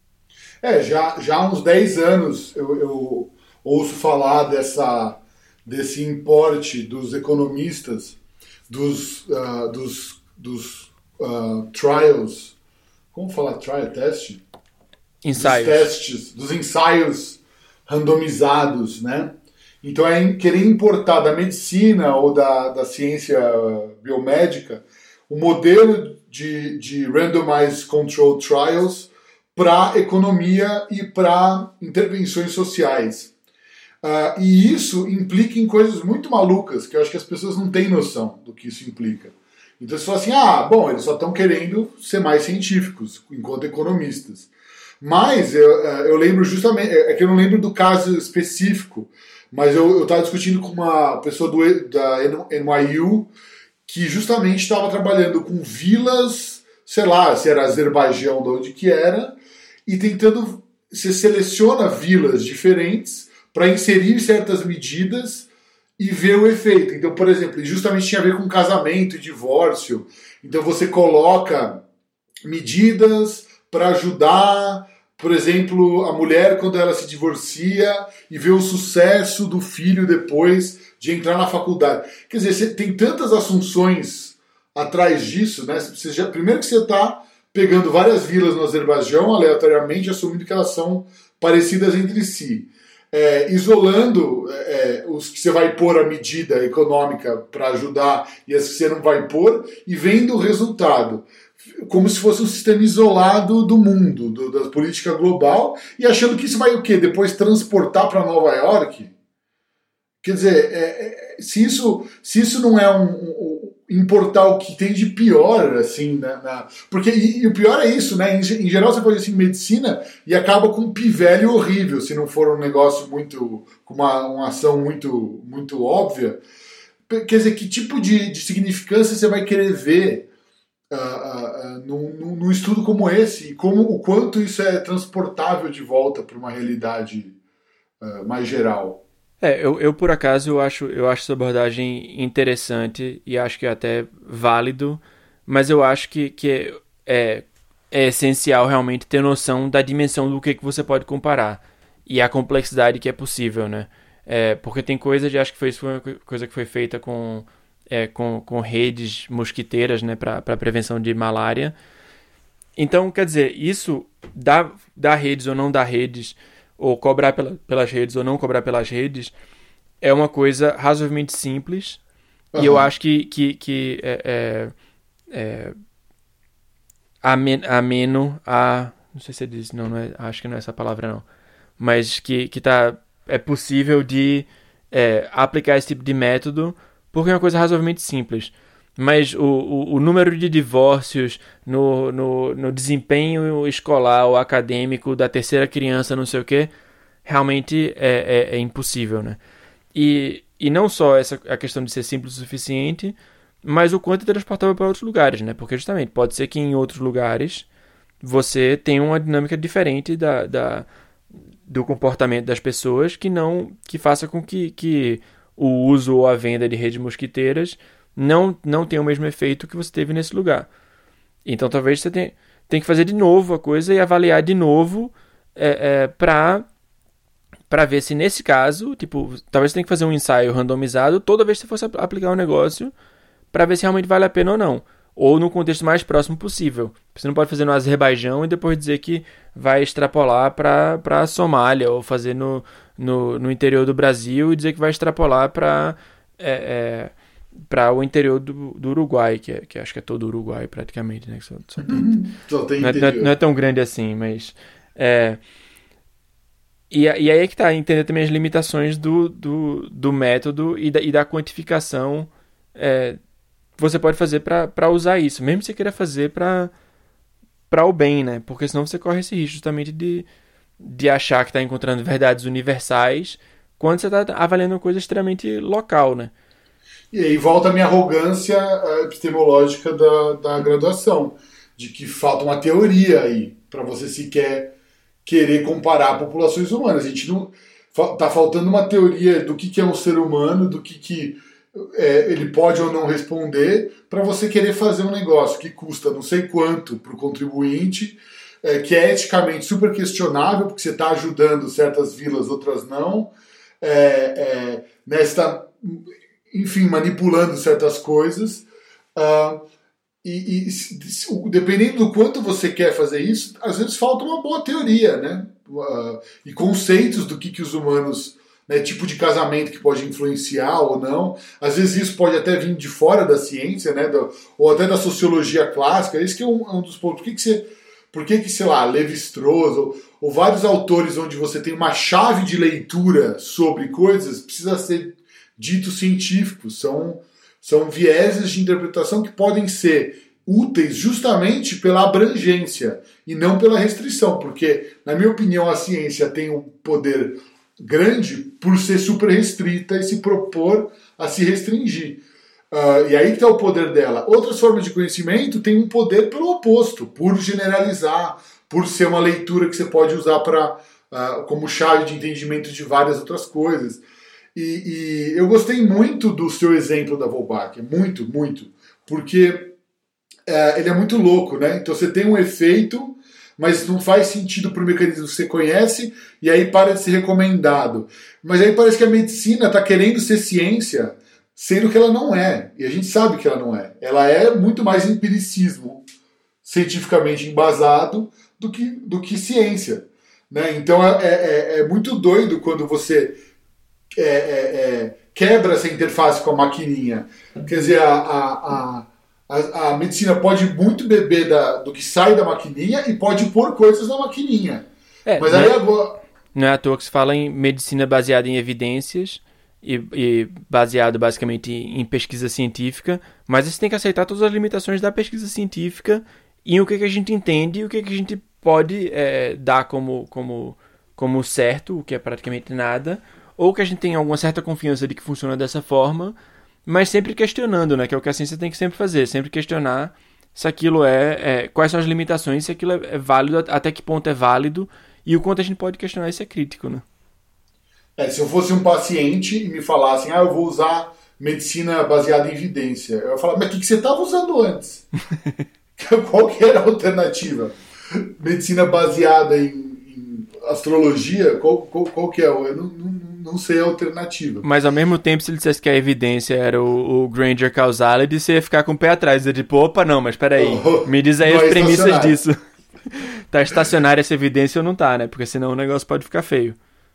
A: É, já, já há uns dez anos eu, eu ouço falar dessa, desse importe dos economistas dos, uh, dos, dos uh, trials, como falar trial test?
B: Ensaios.
A: Dos testes, dos ensaios randomizados, né? Então é querer importar da medicina ou da, da ciência biomédica o modelo de, de randomized controlled trials para economia e para intervenções sociais. Uh, e isso implica em coisas muito malucas, que eu acho que as pessoas não têm noção do que isso implica. Então você fala assim, ah, bom, eles só estão querendo ser mais científicos, enquanto economistas. Mas eu, eu lembro justamente, é que eu não lembro do caso específico, mas eu estava discutindo com uma pessoa do, da N Y U que justamente estava trabalhando com vilas, sei lá, se era Azerbaijão, de onde que era, e tentando, você seleciona vilas diferentes para inserir certas medidas e ver o efeito. Então, por exemplo, justamente tinha a ver com casamento e divórcio. Então você coloca medidas para ajudar, por exemplo, a mulher quando ela se divorcia e vê o sucesso do filho depois de entrar na faculdade. Quer dizer, você tem tantas assunções atrás disso, né? Você já, primeiro que você está pegando várias vilas no Azerbaijão aleatoriamente, assumindo que elas são parecidas entre si. É, isolando é, os que você vai pôr a medida econômica para ajudar e as que você não vai pôr, e vendo o resultado, como se fosse um sistema isolado do mundo, do, da política global, e achando que isso vai o quê? Depois transportar para Nova York? Quer dizer, é, é, se, isso, se isso não é um, um, importar o que tem de pior, assim, né, na, porque, e, e o pior é isso, né? Em, em geral você faz assim medicina e acaba com um pivelho horrível, se não for um negócio muito, com uma, uma ação muito, muito óbvia. Quer dizer, que tipo de, de significância você vai querer ver uh, uh, uh, num, num estudo como esse, e como, o quanto isso é transportável de volta para uma realidade uh, mais geral.
B: É, eu, eu por acaso eu acho, eu acho essa abordagem interessante e acho que é até válido, mas eu acho que, que é, é, é essencial realmente ter noção da dimensão do que, que você pode comparar e a complexidade que é possível, né? É, porque tem coisa de, acho que foi, foi uma coisa que foi feita com, é, com, com redes mosquiteiras, né, para prevenção de malária. Então, quer dizer, isso dá, dá redes ou não dá redes, ou cobrar pela, pelas redes ou não cobrar pelas redes, é uma coisa razoavelmente simples. Uhum. E eu acho que, que, que é, é, é amen, ameno a... Não sei se é disso, não, não é, acho que não é essa palavra, não. Mas que, que tá, é possível de é, aplicar esse tipo de método, porque é uma coisa razoavelmente simples. Mas o, o, o número de divórcios no, no, no desempenho escolar ou acadêmico da terceira criança, não sei o que, realmente é, é, é impossível, né? E, e não só essa, a questão de ser simples o suficiente, mas o quanto é transportável para outros lugares, né? Porque justamente pode ser que em outros lugares você tenha uma dinâmica diferente da, da, do comportamento das pessoas que, não, que faça com que, que o uso ou a venda de redes mosquiteiras não, não tem o mesmo efeito que você teve nesse lugar. Então talvez você tenha, tenha que fazer de novo a coisa e avaliar de novo é, é, para para ver se nesse caso, tipo, talvez você tenha que fazer um ensaio randomizado toda vez que você fosse aplicar um negócio para ver se realmente vale a pena ou não. Ou no contexto mais próximo possível. Você não pode fazer no Azerbaijão e depois dizer que vai extrapolar para a Somália, ou fazer no, no, no interior do Brasil e dizer que vai extrapolar para... É, é, para o interior do, do Uruguai, que, é, que acho que é todo o Uruguai praticamente, né? Que só, só tem,
A: só tem
B: não, é, não, é, não é tão grande assim, mas... É, e, e aí é que tá, entender também as limitações do, do, do método e da, e da quantificação é, que você pode fazer para usar isso, mesmo que você queira fazer para para o bem, né? Porque senão você corre esse risco justamente de, de achar que está encontrando verdades universais quando você está avaliando uma coisa extremamente local, né?
A: E aí volta a minha arrogância epistemológica da, da graduação, de que falta uma teoria aí, para você sequer querer comparar populações humanas. A gente não... Tá faltando uma teoria do que, que é um ser humano, do que, que é, ele pode ou não responder, para você querer fazer um negócio que custa não sei quanto para o contribuinte, é, que é eticamente super questionável, porque você está ajudando certas vilas, outras não. É, é, nesta... enfim, manipulando certas coisas, uh, e, e dependendo do quanto você quer fazer isso, às vezes falta uma boa teoria, né? Uh, e conceitos do que, que os humanos, né, tipo de casamento que pode influenciar ou não. Às vezes isso pode até vir de fora da ciência, né? Do, ou até da sociologia clássica. Esse que é um, um dos pontos. Por que, que você... Por que, que, sei lá, Levi-Strauss ou, ou vários autores onde você tem uma chave de leitura sobre coisas precisa ser ditos científicos, são, são vieses de interpretação que podem ser úteis justamente pela abrangência e não pela restrição, porque, na minha opinião, a ciência tem um poder grande por ser super restrita e se propor a se restringir. Uh, e aí que está o poder dela. Outras formas de conhecimento têm um poder pelo oposto, por generalizar, por ser uma leitura que você pode usar pra, uh, como chave de entendimento de várias outras coisas. E, e eu gostei muito do seu exemplo da Wolbach, muito, muito, porque é, ele é muito louco, né? Então você tem um efeito, mas não faz sentido para o mecanismo que você conhece, e aí para de ser recomendado. Mas aí parece que a medicina está querendo ser ciência, sendo que ela não é, e a gente sabe que ela não é. Ela é muito mais empiricismo cientificamente embasado do que, do que ciência, né? Então é, é, é muito doido quando você... É, é, é, quebra essa interface com a maquininha. Quer dizer, a, a, a, a medicina pode muito beber da, do que sai da maquininha e pode pôr coisas na maquininha.
B: É,
A: mas
B: não,
A: aí
B: é,
A: agora...
B: não é à toa que se fala em medicina baseada em evidências e, e baseado basicamente em pesquisa científica, mas você tem que aceitar todas as limitações da pesquisa científica e o que, que a gente entende e o que, que a gente pode é, dar como, como, como certo, o que é praticamente nada, ou que a gente tem alguma certa confiança de que funciona dessa forma, mas sempre questionando, né? Que é o que a ciência tem que sempre fazer, sempre questionar se aquilo é... é quais são as limitações, se aquilo é, é válido, até que ponto é válido, e o quanto a gente pode questionar isso é crítico, né?
A: É, se eu fosse um paciente e me falassem, ah, eu vou usar medicina baseada em evidência, eu ia falar, mas o que, que você estava usando antes? Qual que era a alternativa? Medicina baseada em, em astrologia? Qual, qual, qual que é? Eu não, não, não sei a alternativa.
B: Mas ao mesmo tempo, se ele dissesse que a evidência era o, o Granger Causality, você ia ficar com o pé atrás. Ia tipo, opa, não, mas peraí, oh, me diz aí as é premissas disso. Tá estacionária essa evidência ou não tá, né? Porque senão o negócio pode ficar feio.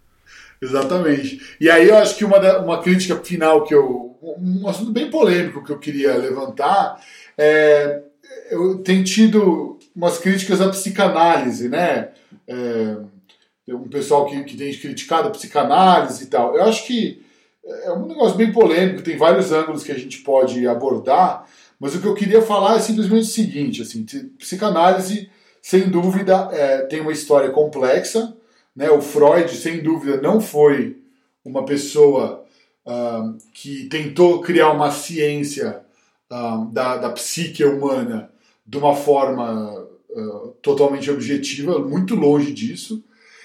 A: Exatamente. E aí eu acho que uma, da, uma crítica final que eu... Um assunto bem polêmico que eu queria levantar é... Eu tenho tido umas críticas à psicanálise, né? É, tem um pessoal que, que tem criticado a psicanálise e tal. Eu acho que é um negócio bem polêmico, tem vários ângulos que a gente pode abordar, mas o que eu queria falar é simplesmente o seguinte, assim, psicanálise, sem dúvida, é, tem uma história complexa, né? O Freud, sem dúvida, não foi uma pessoa uh, que tentou criar uma ciência uh, da, da psique humana de uma forma uh, totalmente objetiva, muito longe disso.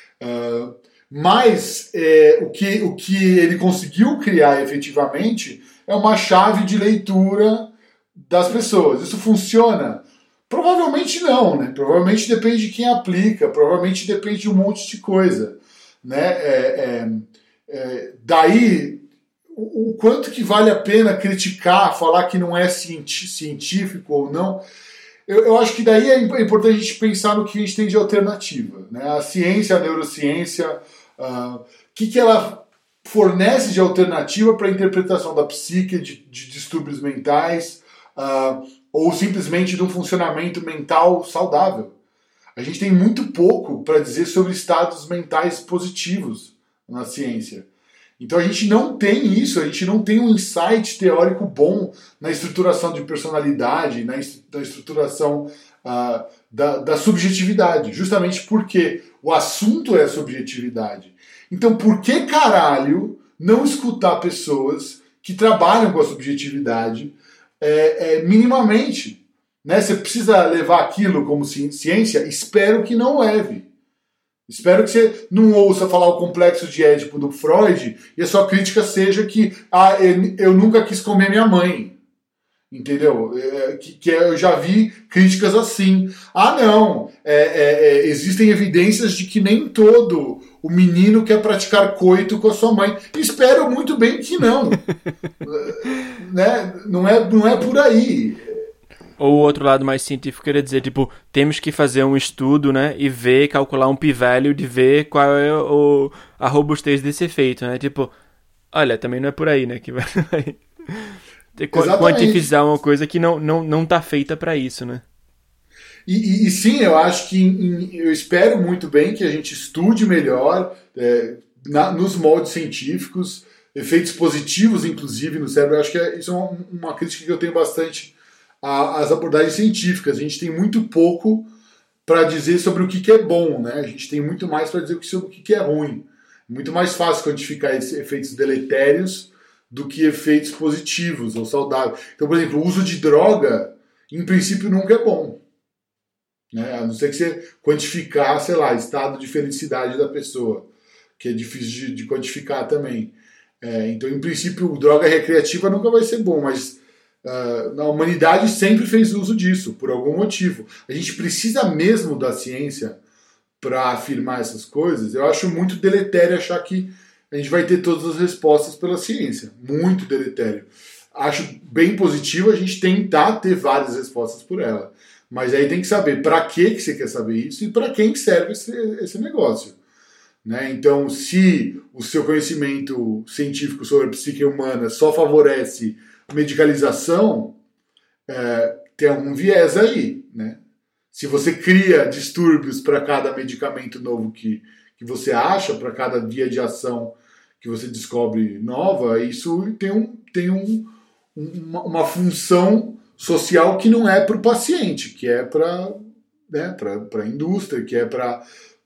A: Uh, mas é, o, que, o que ele conseguiu criar efetivamente é uma chave de leitura das pessoas. Isso funciona? Provavelmente não, né? Provavelmente depende de quem aplica, provavelmente depende de um monte de coisa, né? É, é, é, daí, o, o quanto que vale a pena criticar, falar que não é científico ou não, eu, eu acho que daí é importante a gente pensar no que a gente tem de alternativa, né? A ciência, a neurociência, o uh, que, que ela fornece de alternativa para a interpretação da psique, de, de distúrbios mentais, uh, ou simplesmente de um funcionamento mental saudável. A gente tem muito pouco para dizer sobre estados mentais positivos na ciência. Então a gente não tem isso, a gente não tem um insight teórico bom na estruturação de personalidade, na estruturação uh, da, da subjetividade, justamente porque o assunto é a subjetividade. Então por que caralho não escutar pessoas que trabalham com a subjetividade É, é, minimamente, né? Você precisa levar aquilo como ciência? Espero que não leve. Espero que você não ouça falar o complexo de Édipo do Freud e a sua crítica seja que ah, eu nunca quis comer minha mãe. Entendeu? É, que, que eu já vi críticas assim. Ah, não, é, é, existem evidências de que nem todo o menino quer praticar coito com a sua mãe. Espero muito bem que não. Né? Não é, não é por aí.
B: Ou o outro lado mais científico queria dizer, tipo, temos que fazer um estudo, né, e ver, calcular um p-value de ver qual é o, a robustez desse efeito, né? Tipo, olha, também não é por aí, né, que vai... quantificar uma coisa que não, não, não tá feita para isso, né?
A: E, e, e sim, eu acho que em, eu espero muito bem que a gente estude melhor é, na, nos moldes científicos, efeitos positivos, inclusive, no cérebro. Eu acho que é, isso é uma, uma crítica que eu tenho bastante às abordagens científicas. A gente tem muito pouco para dizer sobre o que, que é bom, né? A gente tem muito mais para dizer sobre o que, que é ruim. Muito mais fácil quantificar esses efeitos deletérios do que efeitos positivos ou saudáveis. Então, por exemplo, o uso de droga, em princípio, nunca é bom. Né? A não ser que você quantificar, sei lá, estado de felicidade da pessoa, que é difícil de, de quantificar também. É, então, em princípio, droga recreativa nunca vai ser bom, mas uh, a humanidade sempre fez uso disso, por algum motivo. A gente precisa mesmo da ciência para afirmar essas coisas. Eu acho muito deletério achar que a gente vai ter todas as respostas pela ciência. Muito deletério. Acho bem positivo a gente tentar ter várias respostas por ela. Mas aí tem que saber para que você quer saber isso e para quem serve esse, esse negócio. Né? Então, se o seu conhecimento científico sobre a psique humana só favorece medicalização, é, tem algum viés aí. Né? Se você cria distúrbios para cada medicamento novo que, que você acha, para cada via de ação que você descobre nova, isso tem, um, tem um, uma, uma função social que não é para o paciente, que é para né, para a indústria, que é para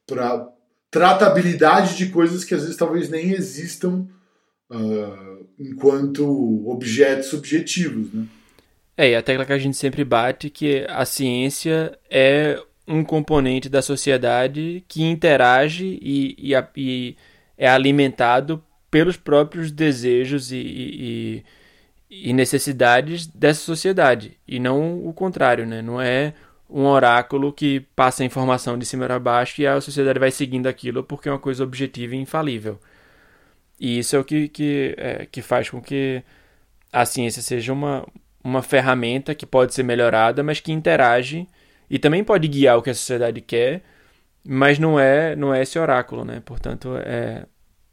A: tratabilidade de coisas que às vezes talvez nem existam uh, enquanto objetos subjetivos. Né?
B: É, e a tecla que a gente sempre bate que a ciência é um componente da sociedade que interage e, e, e é alimentado pelos próprios desejos e, e, e necessidades dessa sociedade, e não o contrário, né? Não é um oráculo que passa a informação de cima para baixo e a sociedade vai seguindo aquilo porque é uma coisa objetiva e infalível. E isso é o que, que, é, que faz com que a ciência seja uma, uma ferramenta que pode ser melhorada, mas que interage e também pode guiar o que a sociedade quer, mas não é, não é esse oráculo, né? Portanto, é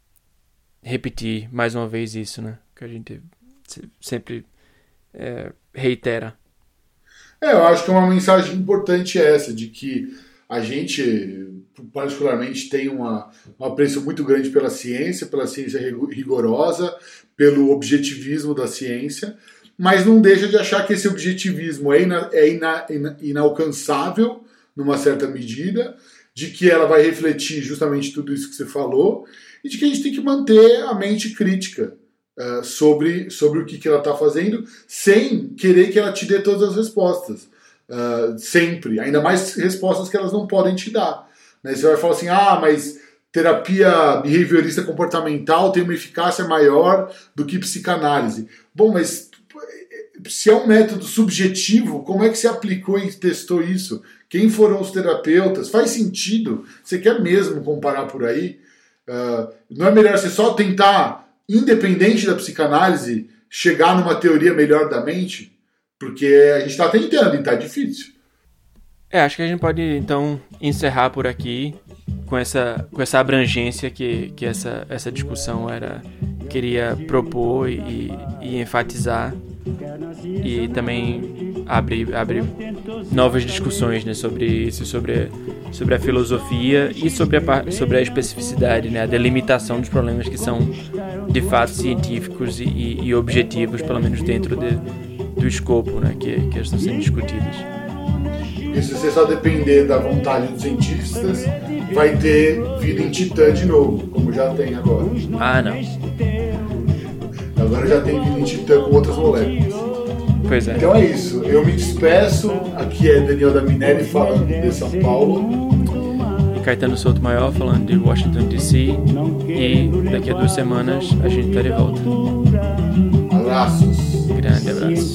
B: repetir mais uma vez isso, né? Que a gente sempre é, reitera.
A: É, eu acho que uma mensagem importante é essa, de que a gente, particularmente, tem uma, um apreço muito grande pela ciência, pela ciência rigorosa, pelo objetivismo da ciência, mas não deixa de achar que esse objetivismo é, ina, é ina, ina, inalcançável, numa certa medida, de que ela vai refletir justamente tudo isso que você falou, e de que a gente tem que manter a mente crítica uh, sobre, sobre o que, que ela está fazendo, sem querer que ela te dê todas as respostas. Uh, sempre. Ainda mais respostas que elas não podem te dar. Né? Você vai falar assim, ah, mas terapia behaviorista comportamental tem uma eficácia maior do que psicanálise. Bom, mas se é um método subjetivo, como é que você aplicou e testou isso? Quem foram os terapeutas? Faz sentido? Você quer mesmo comparar por aí? Uh, não é melhor você só tentar, independente da psicanálise, chegar numa teoria melhor da mente? Porque a gente está tentando e está difícil.
B: É, acho que a gente pode, então, encerrar por aqui com essa, com essa abrangência que, que essa, essa discussão era, queria propor e, e enfatizar. E também abre, abre novas discussões, né, sobre isso, sobre, sobre a filosofia e sobre a, sobre a especificidade, né, a delimitação dos problemas que são de fato científicos e, e, e objetivos, pelo menos dentro de, do escopo, né, que, que estão sendo discutidos.
A: E se você só depender da vontade dos cientistas, vai ter vida em Titã de novo, como já tem agora.
B: Ah, não.
A: Agora já tem vida em Titã com outras moléculas.
B: Pois é.
A: Então é isso. Eu me despeço. Aqui é Daniel da Minelli falando de São Paulo.
B: E Caetano Souto Maior falando de Washington D C. E daqui a duas semanas a gente está de volta.
A: Abraços.
B: Grande abraço.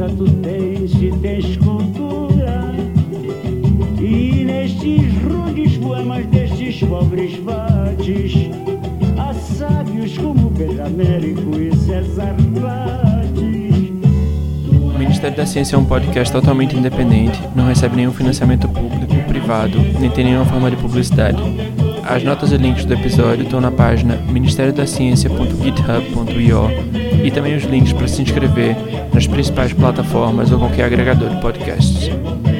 C: E nestes rudes poemas destes pobres vates, há sábios como Pedro Américo e César Vades.
B: O Ministério da Ciência é um podcast totalmente independente, não recebe nenhum financiamento público, privado, nem tem nenhuma forma de publicidade. As notas e links do episódio estão na página ministério da ciência ponto github ponto io e também os links para se inscrever nas principais plataformas ou qualquer agregador de podcasts.